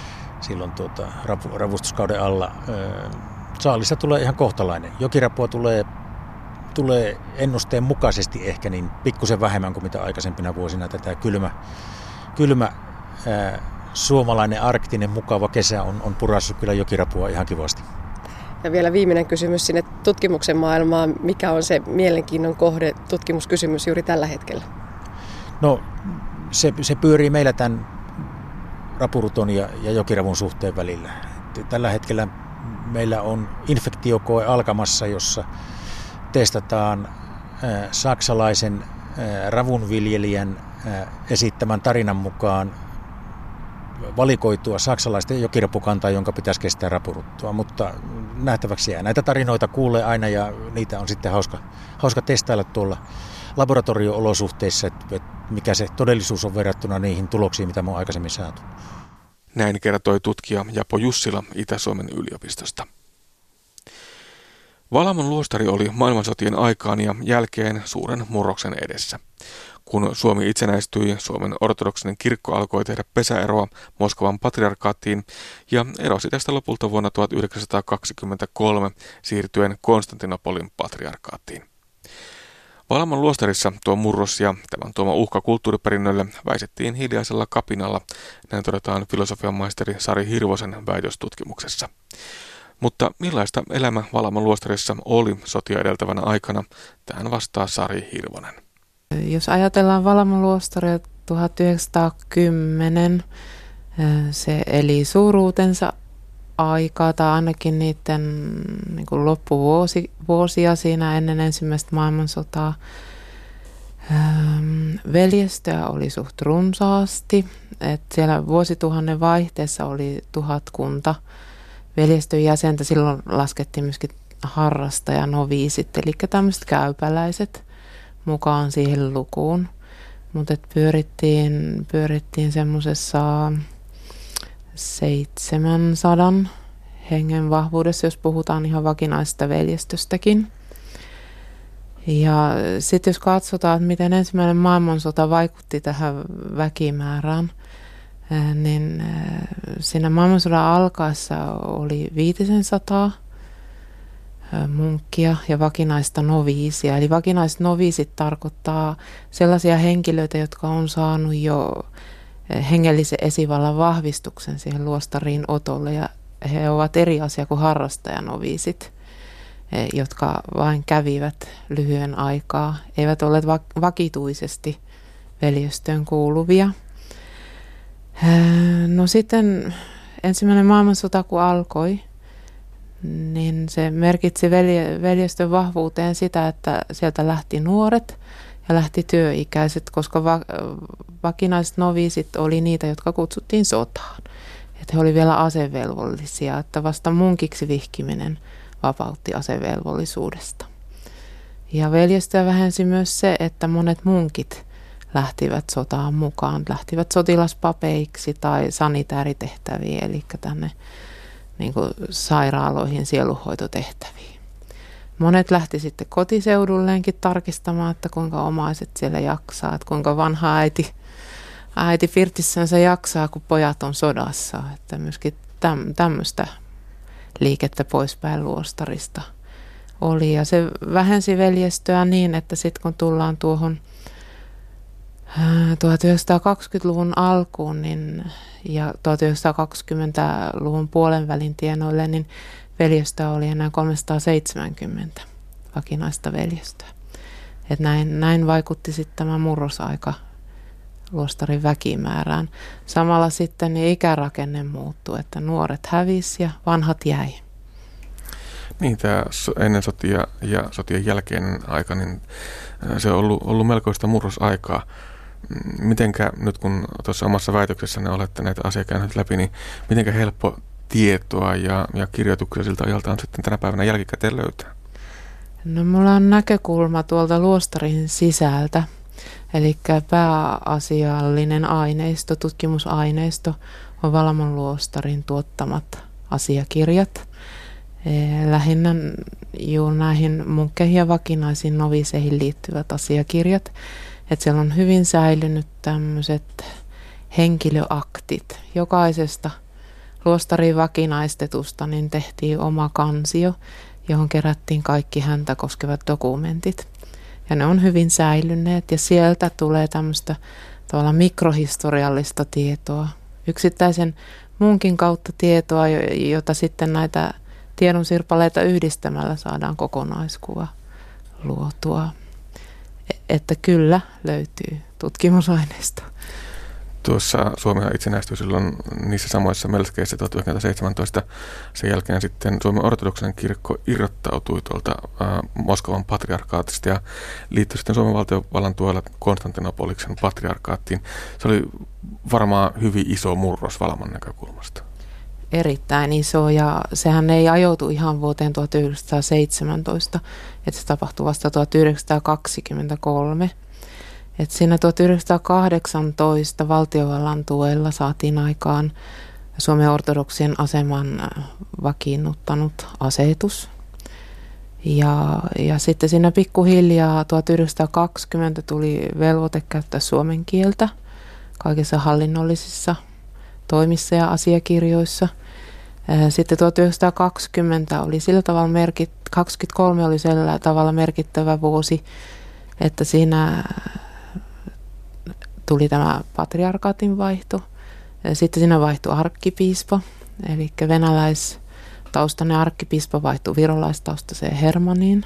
ravustuskauden alla. Saalista tulee ihan kohtalainen. Jokirapua tulee ennusteen mukaisesti ehkä niin pikkusen vähemmän kuin mitä aikaisempina vuosina. Tätä kylmä suomalainen arktinen mukava kesä on purassut kyllä jokirapua ihan kivasti. Ja vielä viimeinen kysymys sinne tutkimuksen maailmaan. Mikä on se mielenkiinnon kohde, tutkimuskysymys juuri tällä hetkellä? No se pyörii meillä tämän rapuruton ja jokiravun suhteen välillä. Tällä hetkellä meillä on infektiokoe alkamassa, jossa testataan saksalaisen ravunviljelijän esittämän tarinan mukaan valikoitua saksalaista jokirapukantaa, jonka pitäisi kestää rapuruttoa, mutta nähtäväksi jää. Näitä tarinoita kuulee aina ja niitä on sitten hauska testailla tuolla laboratorio-olosuhteissa, että mikä se todellisuus on verrattuna niihin tuloksiin, mitä me on aikaisemmin saatu. Näin kertoi tutkija Japo Jussila Itä-Suomen yliopistosta. Valamon luostari oli maailmansotien aikaan ja jälkeen suuren murroksen edessä. Kun Suomi itsenäistyi, Suomen ortodoksinen kirkko alkoi tehdä pesäeroa Moskovan patriarkaattiin ja erosi tästä lopulta vuonna 1923 siirtyen Konstantinopolin patriarkaattiin. Valamon luostarissa tuo murros ja tämän tuoma uhka kulttuuriperinnölle väisettiin hiljaisella kapinalla, näin todetaan filosofian maisteri Sari Hirvosen väitöstutkimuksessa. Mutta millaista elämä Valamon luostarissa oli sotia edeltävänä aikana, tähän vastaa Sari Hirvonen. Jos ajatellaan Valamon luostaria 1910, se eli suuruutensa aikaa tai ainakin niiden niin kuin loppuvuosia siinä ennen ensimmäistä maailmansotaa. Veljestöä oli suht runsaasti, että siellä vuosituhannen vaihteessa oli 1000 veljestön jäsentä. Silloin laskettiin myöskin harrastajanoviisit, eli tämmöiset käypäläiset mukaan siihen lukuun. Mutta pyörittiin semmoisessa 700 hengen vahvuudessa, jos puhutaan ihan vakinaisesta veljestöstäkin. Ja sitten jos katsotaan, että miten ensimmäinen maailmansota vaikutti tähän väkimäärään, niin siinä maailmansodan alkaessa oli 500 munkkia ja vakinaista noviisia. Eli vakinaiset noviisit tarkoittaa sellaisia henkilöitä, jotka on saanut jo hengellisen esivallan vahvistuksen siihen luostariin otolle. Ja he ovat eri asia kuin harrastajanoviisit, jotka vain kävivät lyhyen aikaa, eivät olleet vakituisesti veljestöön kuuluvia. No sitten ensimmäinen maailmansota kun alkoi, niin se merkitsi veljestön vahvuuteen sitä, että sieltä lähti nuoret ja lähti työikäiset, koska vakinaiset noviisit oli niitä, jotka kutsuttiin sotaan. Että he olivat vielä asevelvollisia, että vasta munkiksi vihkiminen vapautti asevelvollisuudesta. Ja veljestöä vähensi myös se, että monet munkit lähtivät sotaan mukaan, lähtivät sotilaspapeiksi tai sanitääritehtäviin, eli tänne niin kuin sairaaloihin sielunhoitotehtäviin. Monet lähti sitten kotiseudulleenkin tarkistamaan, että kuinka omaiset siellä jaksaa, että kuinka vanha äiti Firtissänsä jaksaa, kun pojat on sodassa. Että myöskin tämmöistä liikettä poispäin luostarista oli. Ja se vähensi veljestöä niin, että sitten kun tullaan tuohon 1920-luvun alkuun ja 1920-luvun puolen välin tienoille, niin veljestöä oli enää 370 vakinaista veljestöä. Et näin vaikutti sitten tämä murrosaika luostarin väkimäärään. Samalla sitten niin ikärakenne muuttui, että nuoret hävisi ja vanhat jäi. Niin, tämä ennen sotia ja sotien jälkeinen aika, niin se on ollut melkoista murrosaikaa. Mitenkä nyt kun tuossa omassa väitöksessänne olette näitä asiaa käyneet läpi, niin mitenkä helppo tietoa ja kirjoituksia siltä ajalta on sitten tänä päivänä jälkikäteen löytää? No mulla on näkökulma tuolta luostarin sisältä, eli pääasiallinen aineisto, tutkimusaineisto on Valamon luostarin tuottamat asiakirjat. Lähinnä juuri näihin munkkeihin ja vakinaisiin noviseihin liittyvät asiakirjat. Että siellä on hyvin säilynyt tämmöiset henkilöaktit. Jokaisesta luostariin vakinaistetusta niin tehtiin oma kansio, johon kerättiin kaikki häntä koskevat dokumentit. Ja ne on hyvin säilyneet ja sieltä tulee tämmöistä tavallaan mikrohistoriallista tietoa. Yksittäisen munkin kautta tietoa, jota sitten näitä tiedonsirpaleita yhdistämällä saadaan kokonaiskuva luotua. Että kyllä löytyy tutkimusaineistoa. Tuossa Suomihan itsenäistyi silloin niissä samoissa melskeissä 1917. Sen jälkeen sitten Suomen ortodoksinen kirkko irrottautui tuolta Moskovan patriarkaatista ja liittyi sitten Suomen valtiovallan tuella Konstantinopoliksen patriarkaattiin. Se oli varmaan hyvin iso murros Valamon näkökulmasta. Erittäin iso ja sehän ei ajoitu ihan vuoteen 1917, että se tapahtui vasta 1923. Et siinä 1918 valtiovallan tuella saatiin aikaan Suomen ortodoksien aseman vakiinnuttanut asetus. Ja sitten siinä pikkuhiljaa 1920 tuli velvoite käyttää suomen kieltä kaikissa hallinnollisissa toimissa ja asiakirjoissa. Sitten 1920 oli sillä tavalla 23 oli sillä tavalla merkittävä vuosi, että siinä tuli tämä patriarkaatin vaihto. Sitten siinä vaihtui arkkipiispa, eli venäläistaustainen arkkipiispa vaihtui virolaistaustaiseen Hermanniin.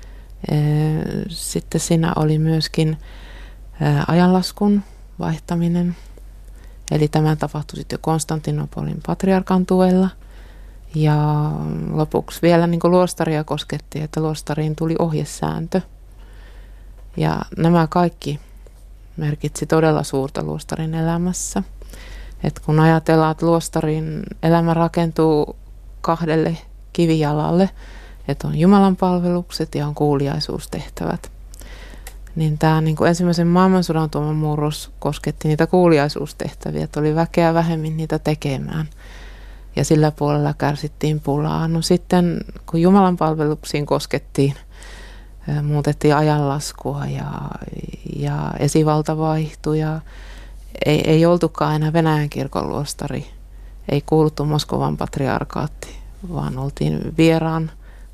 Sitten siinä oli myöskin ajanlaskun vaihtaminen. Eli tämä tapahtui sitten jo Konstantinopolin patriarkan tuella. Ja lopuksi vielä niin kuin luostaria koskettiin, että luostariin tuli ohjesääntö. Ja nämä kaikki merkitsi todella suurta luostarin elämässä. Et kun ajatellaan, että luostarin elämä rakentuu 2 kivijalalle, että on Jumalan palvelukset ja on kuuliaisuustehtävät, niin tämä niin kuin ensimmäisen maailmansodan tuoma murros kosketti niitä kuuliaisuustehtäviä, että oli väkeä vähemmin niitä tekemään. Ja sillä puolella kärsittiin pulaa. No sitten kun Jumalan palveluksiin koskettiin, muutettiin ajanlaskua ja esivalta vaihtui ja ei oltukaan enää Venäjän kirkon luostari. Ei kuuluttu Moskovan patriarkaattiin, vaan oltiin vieraan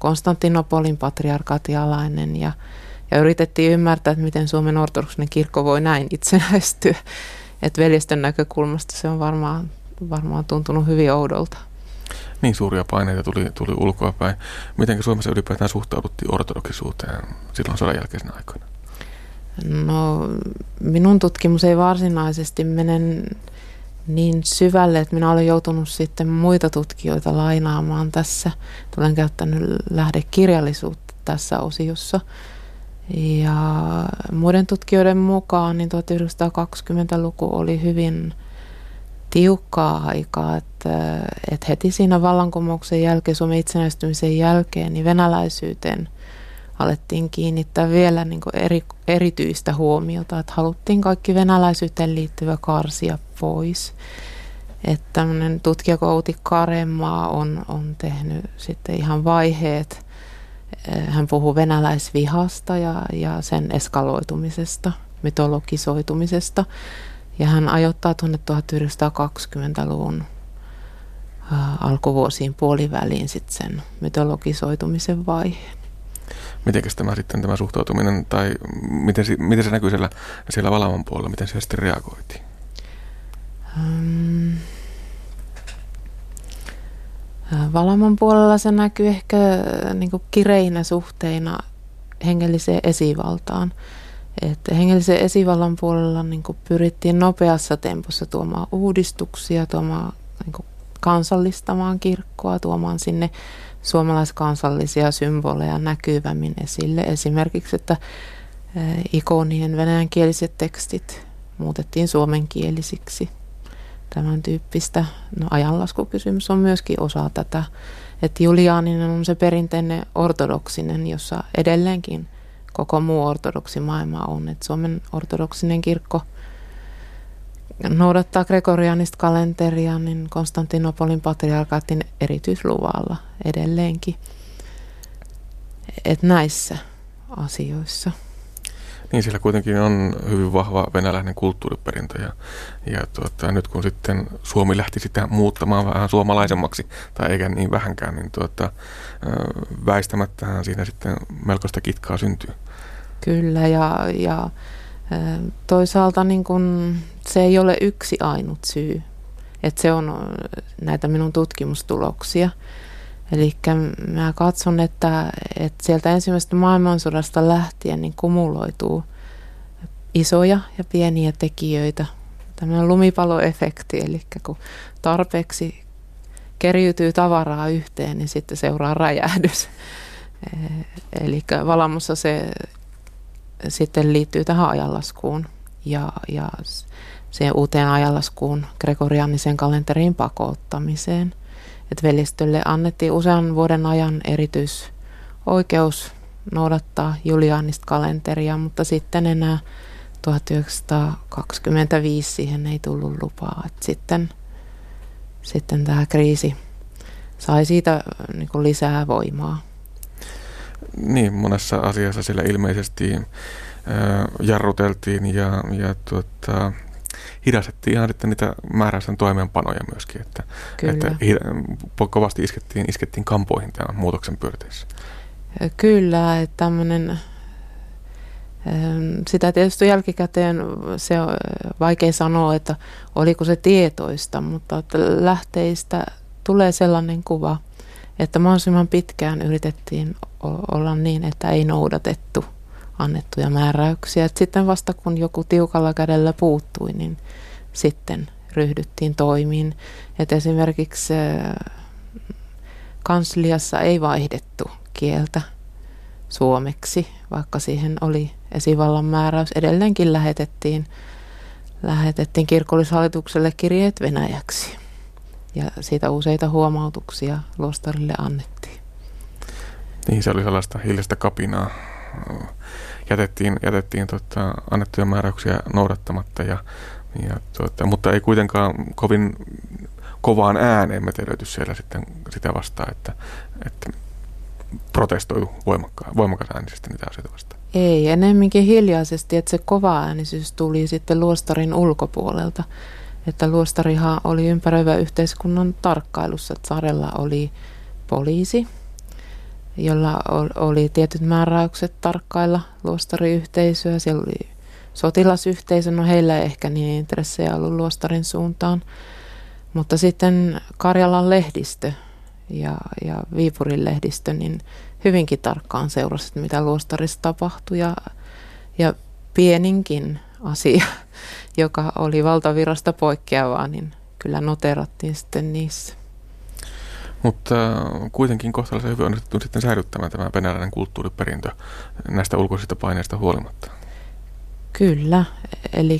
Konstantinopolin patriarkaatialainen ja yritettiin ymmärtää, että miten Suomen ortodoksinen kirkko voi näin itsenäistyä. Että veljestön näkökulmasta se on varmaan tuntunut hyvin oudolta. Niin suuria paineita tuli ulkoapäin. Miten Suomessa ylipäätään suhtauduttiin ortodoksisuuteen silloin sodan jälkeisenä aikoina? No minun tutkimus ei varsinaisesti mene niin syvälle, että minä olen joutunut sitten muita tutkijoita lainaamaan tässä. Olen käyttänyt lähdekirjallisuutta tässä osiossa. Ja muiden tutkijoiden mukaan niin 1920-luku oli hyvin tiukkaa aikaa, että heti siinä vallankumouksen jälkeen, Suomen itsenäistymisen jälkeen, niin venäläisyyteen alettiin kiinnittää vielä niin kuin erityistä huomiota, että haluttiin kaikki venäläisyyteen liittyvä karsia pois. Että tämmöinen tutkija kuin Outi Karemaa on tehnyt sitten ihan vaiheet. Hän puhuu venäläisvihasta ja sen eskaloitumisesta, mytologisoitumisesta. Ja hän ajoittaa tuonne 1920-luvun alkuvuosiin puoliväliin sitten sen mytologisoitumisen vaiheen. Mitenkäs tämä suhtautuminen, tai miten se näkyy siellä Valaman puolella, miten siellä sitten reagoitiin? Valaman puolella se näkyy ehkä niin kuin kireinä suhteina hengelliseen esivaltaan. Että hengellisen esivallan puolella niin kuin pyrittiin nopeassa tempossa tuomaan uudistuksia, tuomaan niin kuin kansallistamaan kirkkoa, tuomaan sinne suomalaiskansallisia symboleja näkyvämmin esille. Esimerkiksi, että ikonien venäjänkieliset tekstit muutettiin suomenkielisiksi. Tämän tyyppistä. No, ajanlaskukysymys on myöskin osa tätä. Että juliaaninen on se perinteinen ortodoksinen, jossa edelleenkin koko muu ortodoksimaailma on. Että Suomen ortodoksinen kirkko noudattaa gregorianista kalenteria niin Konstantinopolin patriarkaatin erityisluvalla edelleenkin. Että näissä asioissa. Niin, siellä kuitenkin on hyvin vahva venäläinen kulttuuriperintö ja nyt kun sitten Suomi lähti sitä muuttamaan vähän suomalaisemmaksi, tai eikä niin vähänkään, niin väistämättähän siinä sitten melkoista kitkaa syntyy. Kyllä, ja toisaalta niin kun se ei ole yksi ainut syy, että se on näitä minun tutkimustuloksia. Eli mä katson, että sieltä ensimmäisestä maailmansodasta lähtien niin kumuloituu isoja ja pieniä tekijöitä. Tämmöinen lumipaloefekti, eli kun tarpeeksi keriytyy tavaraa yhteen, niin sitten seuraa räjähdys. Eli Valamossa se sitten liittyy tähän ajanlaskuun ja siihen uuteen ajanlaskuun gregorianisen kalenteriin pakottamiseen. Että veljestölle annettiin usean vuoden ajan erityisoikeus noudattaa juliaanista kalenteria, mutta sitten enää 1925 siihen ei tullut lupaa. Että sitten tämä kriisi sai siitä niin kuin lisää voimaa. Niin, monessa asiassa siellä ilmeisesti jarruteltiin ja hidastettiin ihan sitten niitä määräysten toimeenpanoja myöskin, että kovasti iskettiin kampoihin tämän muutoksen pyörteissä. Kyllä, että tämmöinen, sitä tietysti jälkikäteen se on vaikea sanoa, että oliko se tietoista, mutta että lähteistä tulee sellainen kuva, että mahdollisimman pitkään yritettiin olla niin, että ei noudatettu annettuja määräyksiä. Et sitten vasta kun joku tiukalla kädellä puuttui, niin sitten ryhdyttiin toimiin. Et esimerkiksi kansliassa ei vaihdettu kieltä suomeksi, vaikka siihen oli esivallan määräys. Edelleenkin lähetettiin kirkollishallitukselle kirjeet venäjäksi. Ja siitä useita huomautuksia luostarille annettiin. Niin, se oli sellaista hiljaista kapinaa. Jätettiin annettuja määräyksiä noudattamatta, mutta ei kuitenkaan kovin kovaan ääneen metelöity siellä sitten sitä vastaan, että protestoitu voimakas äänisesti niitä asioita vastaan. Ei, enemmänkin hiljaisesti, että se kova äänisyys tuli sitten luostarin ulkopuolelta. Että luostarihan oli ympäröivä yhteiskunnan tarkkailussa, että saarella oli poliisi, jolla oli tietyt määräykset tarkkailla luostariyhteisöä. Siellä oli sotilasyhteisö, no heillä ei ehkä niin intressejä ollut luostarin suuntaan. Mutta sitten Karjalan lehdistö ja Viipurin lehdistö niin hyvinkin tarkkaan seurasi, mitä luostarissa tapahtui. Ja pieninkin asia, joka oli valtavirrasta poikkeavaa, niin kyllä noterattiin sitten niissä. Mutta kuitenkin kohtalaisen hyvin onnistuttu sitten säilyttämään tämä venäläinen kulttuuriperintö näistä ulkoisista paineista huolimatta. Kyllä, eli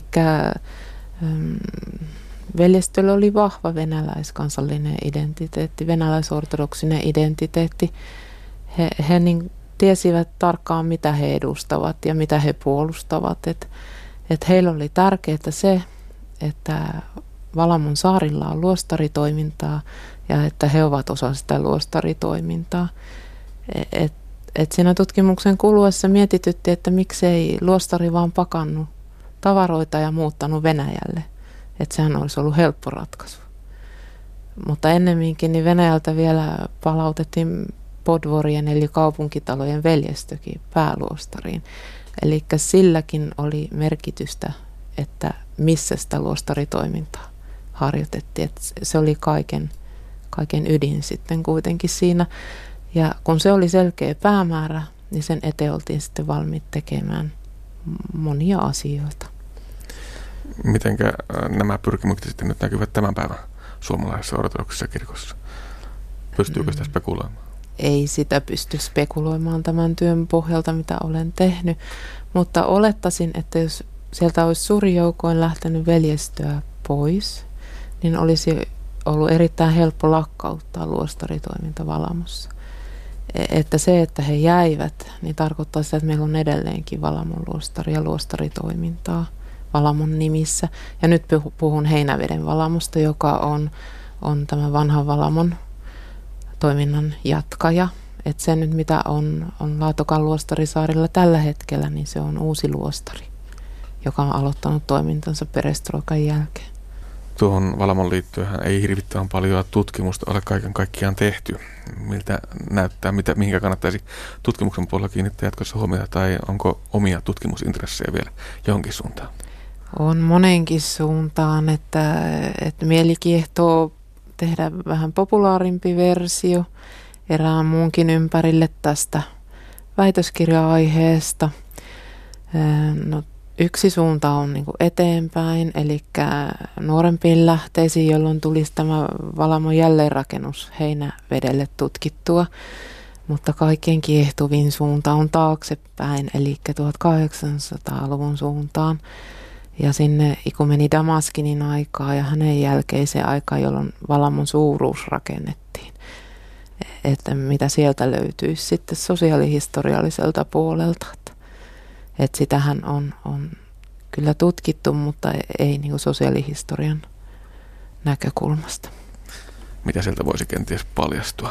veljestöllä oli vahva venäläiskansallinen identiteetti, venäläisortodoksinen identiteetti. He niin tiesivät tarkkaan, mitä he edustavat ja mitä he puolustavat. Et heillä oli tärkeää se, että Valamon saarilla on luostaritoimintaa ja että he ovat osa sitä luostaritoimintaa. Et siinä tutkimuksen kuluessa mietityttiin, että miksei luostari vaan pakannut tavaroita ja muuttanut Venäjälle. Että sehän olisi ollut helppo ratkaisu. Mutta ennemminkin niin Venäjältä vielä palautettiin podvorien eli kaupunkitalojen veljestökin pääluostariin. Eli silläkin oli merkitystä, että missä sitä luostaritoimintaa harjoitettiin. Että se oli kaiken ydin sitten kuitenkin siinä. Ja kun se oli selkeä päämäärä, niin sen eteen oltiin sitten valmiit tekemään monia asioita. Mitenkä nämä pyrkimykset sitten nyt näkyvät tämän päivän suomalaisessa ortodoksisessa kirkossa? Pystyykö sitä spekuloimaan? Ei sitä pysty spekuloimaan tämän työn pohjalta, mitä olen tehnyt, mutta olettaisin, että jos sieltä olisi suuri joukoin lähtenyt veljestöä pois, niin olisi ollut erittäin helppo lakkauttaa luostaritoiminta Valamossa. Että se, että he jäivät, niin tarkoittaa sitä, että meillä on edelleenkin Valamon luostari ja luostaritoimintaa Valamon nimissä. Ja nyt puhun Heinäveden Valamosta, joka on tämän vanhan Valamon toiminnan jatkaja. Että se nyt, mitä on Laatokan luostarisaarilla tällä hetkellä, niin se on uusi luostari, joka on aloittanut toimintansa perestroikan jälkeen. Tuohon Valamon liittyen ei hirvittävän paljon tutkimusta ole kaiken kaikkiaan tehty. Miltä näyttää, mihinkä kannattaisi tutkimuksen puolella kiinnittää jatkossa huomiota, tai onko omia tutkimusintressejä vielä johonkin suuntaan? On monenkin suuntaan, että mieli kiehtoo tehdä vähän populaarimpi versio erään muunkin ympärille tästä väitöskirja-aiheesta. No, yksi suunta on niin kuin eteenpäin, eli nuorempiin lähteisiin, jolloin tulisi tämä Valamon jälleenrakennus Heinävedelle tutkittua. Mutta kaikkein kiehtuvin suunta on taaksepäin, eli 1800-luvun suuntaan. Ja sinne ikumeni Damaskinin aikaa ja hänen jälkeiseen aikaan, jolloin Valamon suuruus rakennettiin. Että mitä sieltä löytyisi sitten sosiaalihistorialliselta puolelta. Että sitähän on kyllä tutkittu, mutta ei niin kuin sosiaalihistorian näkökulmasta. Mitä sieltä voisi kenties paljastua?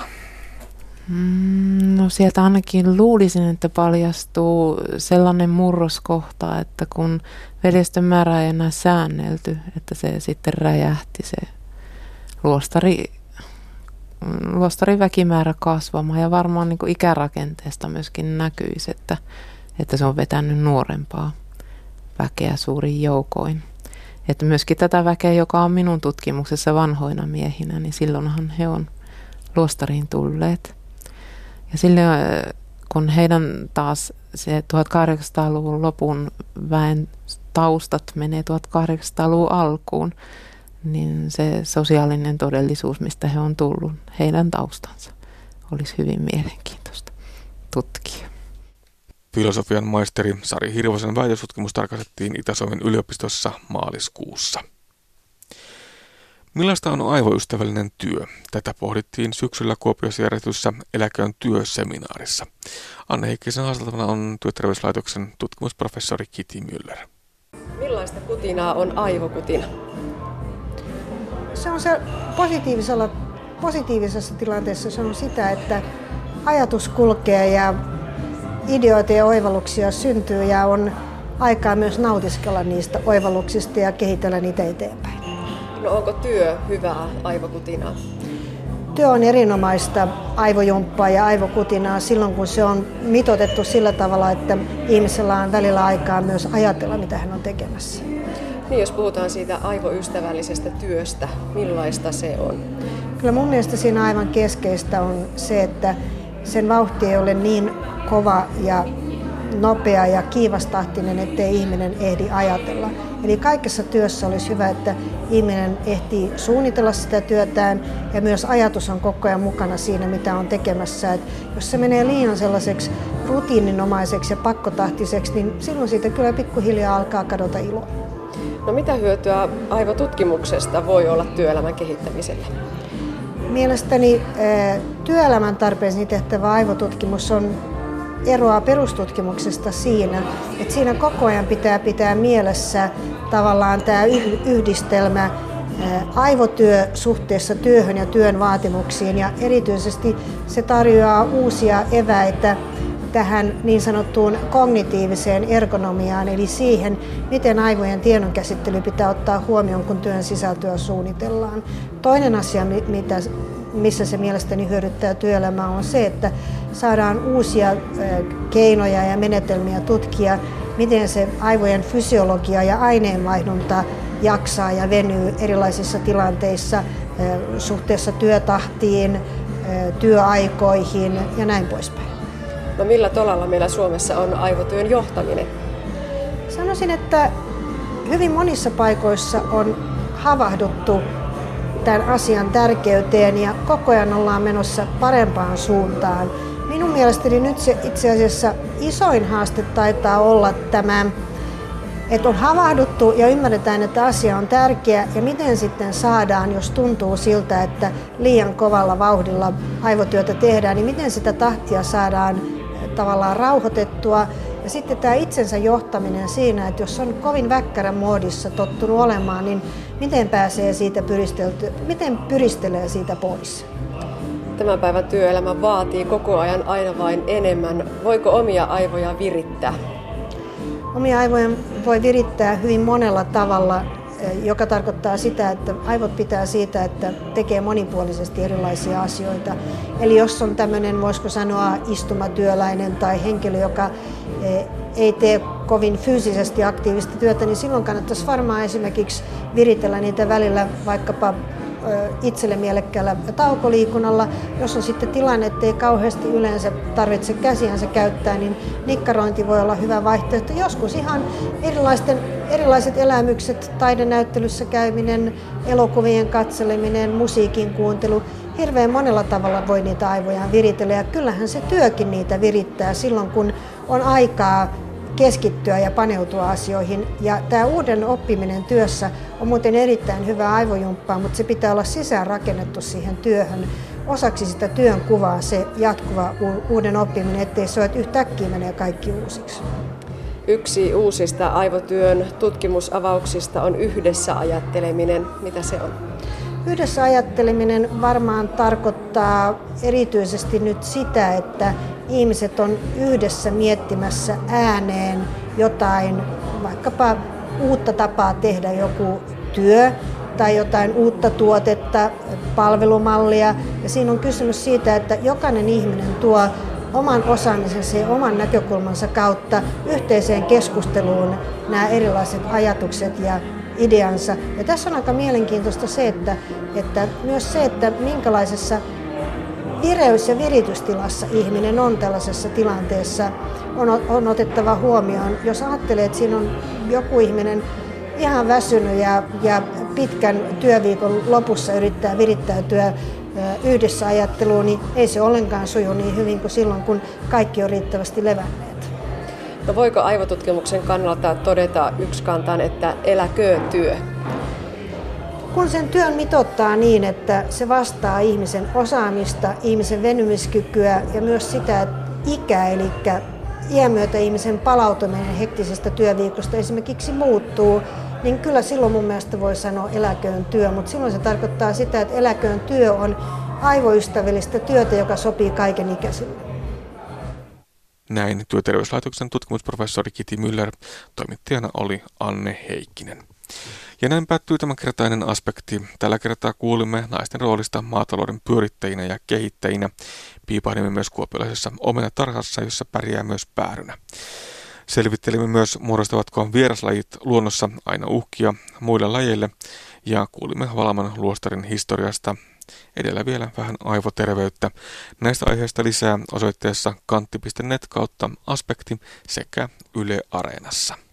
No sieltä ainakin luulisin, että paljastuu sellainen murroskohta, että kun veljestön määrä ei enää säännelty, että se sitten räjähti se luostarin väkimäärä kasvamaan ja varmaan niin kuin ikärakenteesta myöskin näkyisi, että se on vetänyt nuorempaa väkeä suurin joukoin. Että myöskin tätä väkeä, joka on minun tutkimuksessa vanhoina miehinä, niin silloinhan he on luostariin tulleet. Ja silloin, kun heidän taas se 1800-luvun lopun väen taustat menee 1800-luvun alkuun, niin se sosiaalinen todellisuus, mistä he on tullut, heidän taustansa, olisi hyvin mielenkiintoista tutkia. Filosofian maisteri Sari Hirvosen väitöstutkimus tarkastettiin Itä-Suomen yliopistossa maaliskuussa. Millaista on aivoystävällinen työ? Tätä pohdittiin syksyllä Kuopiossa järjestetyssä Eläköön työseminaarissa. Anne Heikkisen haastatteluna on Työterveyslaitoksen tutkimusprofessori Kiti Müller. Millaista kutinaa on aivokutina? Se on se positiivisessa tilanteessa se on sitä, että ajatus kulkee ja ideoita ja oivalluksia syntyy ja on aikaa myös nautiskella niistä oivalluksista ja kehitellä niitä eteenpäin. No onko työ hyvää aivokutinaa? työ on erinomaista aivojumppaa ja aivokutinaa silloin, kun se on mitoitettu sillä tavalla, että ihmisellä on välillä aikaa myös ajatella, mitä hän on tekemässä. Niin, jos puhutaan siitä aivoystävällisestä työstä, millaista se on? Kyllä mun mielestä siinä aivan keskeistä on se, että sen vauhti ei ole niin kova ja nopea ja kiivastahtinen, ettei ihminen ehdi ajatella. Eli kaikessa työssä olisi hyvä, että ihminen ehtii suunnitella sitä työtään ja myös ajatus on koko ajan mukana siinä, mitä on tekemässä. Et jos se menee liian sellaiseksi rutiininomaiseksi ja pakkotahtiseksi, niin silloin siitä kyllä pikkuhiljaa alkaa kadota ilo. No mitä hyötyä aivotutkimuksesta voi olla työelämän kehittämiselle? Mielestäni työelämän tarpeisiin tehtävä aivotutkimus eroaa perustutkimuksesta siinä, että siinä koko ajan pitää mielessä tavallaan tämä yhdistelmä aivotyö suhteessa työhön ja työn vaatimuksiin, ja erityisesti se tarjoaa uusia eväitä tähän niin sanottuun kognitiiviseen ergonomiaan, eli siihen, miten aivojen tiedonkäsittely pitää ottaa huomioon, kun työn sisältöä suunnitellaan. Toinen asia, missä se mielestäni hyödyttää työelämää, on se, että saadaan uusia keinoja ja menetelmiä tutkia, miten se aivojen fysiologia ja aineenvaihdunta jaksaa ja venyy erilaisissa tilanteissa suhteessa työtahtiin, työaikoihin ja näin poispäin. No millä tolalla meillä Suomessa on aivotyön johtaminen? Sanoisin, että hyvin monissa paikoissa on havahduttu tämän asian tärkeyteen ja koko ajan ollaan menossa parempaan suuntaan. Minun mielestäni nyt se itse asiassa isoin haaste taitaa olla tämä, että on havahduttu ja ymmärretään, että asia on tärkeä ja miten sitten saadaan, jos tuntuu siltä, että liian kovalla vauhdilla aivotyötä tehdään, niin miten sitä tahtia saadaan tavallaan rauhoitettua. Ja sitten tämä itsensä johtaminen siinä, että jos on kovin väkkärän moodissa tottunut olemaan, niin miten pääsee siitä miten pyristelee siitä pois? Tämän päivän työelämä vaatii koko ajan aina vain enemmän. Voiko omia aivoja virittää? Omia aivoja voi virittää hyvin monella tavalla, joka tarkoittaa sitä, että aivot pitää siitä, että tekee monipuolisesti erilaisia asioita. Eli jos on tämmöinen, voisiko sanoa, istumatyöläinen tai henkilö, joka ei tee kovin fyysisesti aktiivista työtä, niin silloin kannattaisi varmaan esimerkiksi viritellä niitä välillä vaikkapa itselle mielekkäällä taukoliikunnalla. Jos on sitten tilanne, ettei kauheasti yleensä tarvitse käsiänsä käyttää, niin nikkarointi voi olla hyvä vaihtoehto. Joskus ihan erilaiset elämykset, taidenäyttelyssä käyminen, elokuvien katseleminen, musiikin kuuntelu. Hirveän monella tavalla voi niitä aivojaan viritellä ja kyllähän se työkin niitä virittää silloin, kun on aikaa keskittyä ja paneutua asioihin. Ja tämä uuden oppiminen työssä on muuten erittäin hyvää aivojumppaa, mutta se pitää olla sisään rakennettu siihen työhön. Osaksi sitä työn kuvaa se jatkuva uuden oppiminen, ettei se ole, että yhtäkkiä menee kaikki uusiksi. Yksi uusista aivotyön tutkimusavauksista on yhdessä ajatteleminen. Mitä se on? Yhdessä ajatteleminen varmaan tarkoittaa erityisesti nyt sitä, että ihmiset on yhdessä miettimässä ääneen jotain, vaikkapa uutta tapaa tehdä joku työ tai jotain uutta tuotetta, palvelumallia. Ja siinä on kysymys siitä, että jokainen ihminen tuo oman osaamisensa ja oman näkökulmansa kautta yhteiseen keskusteluun nämä erilaiset ajatukset ja ideansa. Ja tässä on aika mielenkiintoista se, että myös se, että minkälaisessa vireys- ja viritystilassa ihminen on tällaisessa tilanteessa, on otettava huomioon. Jos ajattelee, että siinä on joku ihminen ihan väsynyt ja pitkän työviikon lopussa yrittää virittäytyä yhdessä ajatteluun, niin ei se ollenkaan suju niin hyvin kuin silloin, kun kaikki on riittävästi levänneet. No voiko aivotutkimuksen kannalta todeta yksikantaan, että eläköön työ? Kun sen työn mitoittaa niin, että se vastaa ihmisen osaamista, ihmisen venymiskykyä ja myös sitä ikää, eli iän myötä ihmisen palautuminen hektisestä työviikosta esimerkiksi muuttuu, niin kyllä silloin mun mielestä voi sanoa eläköön työ, mutta silloin se tarkoittaa sitä, että eläköön työ on aivoystävällistä työtä, joka sopii kaikenikäisille. Näin Työterveyslaitoksen tutkimusprofessori Kiti Müller, toimittajana oli Anne Heikkinen. Ja näin päättyy tämänkertainen aspekti. Tällä kertaa kuulimme naisten roolista maatalouden pyörittäjinä ja kehittäjinä. Piipahdimme myös kuopiolaisessa omenatarhassa, jossa pärjää myös päärynä. Selvittelimme myös, muodostavatko vieraslajit luonnossa aina uhkia muille lajeille, ja kuulimme Valaman luostarin historiasta. Edellä vielä vähän aivoterveyttä. Näistä aiheista lisää osoitteessa kantti.net/aspekti sekä Yle Areenassa.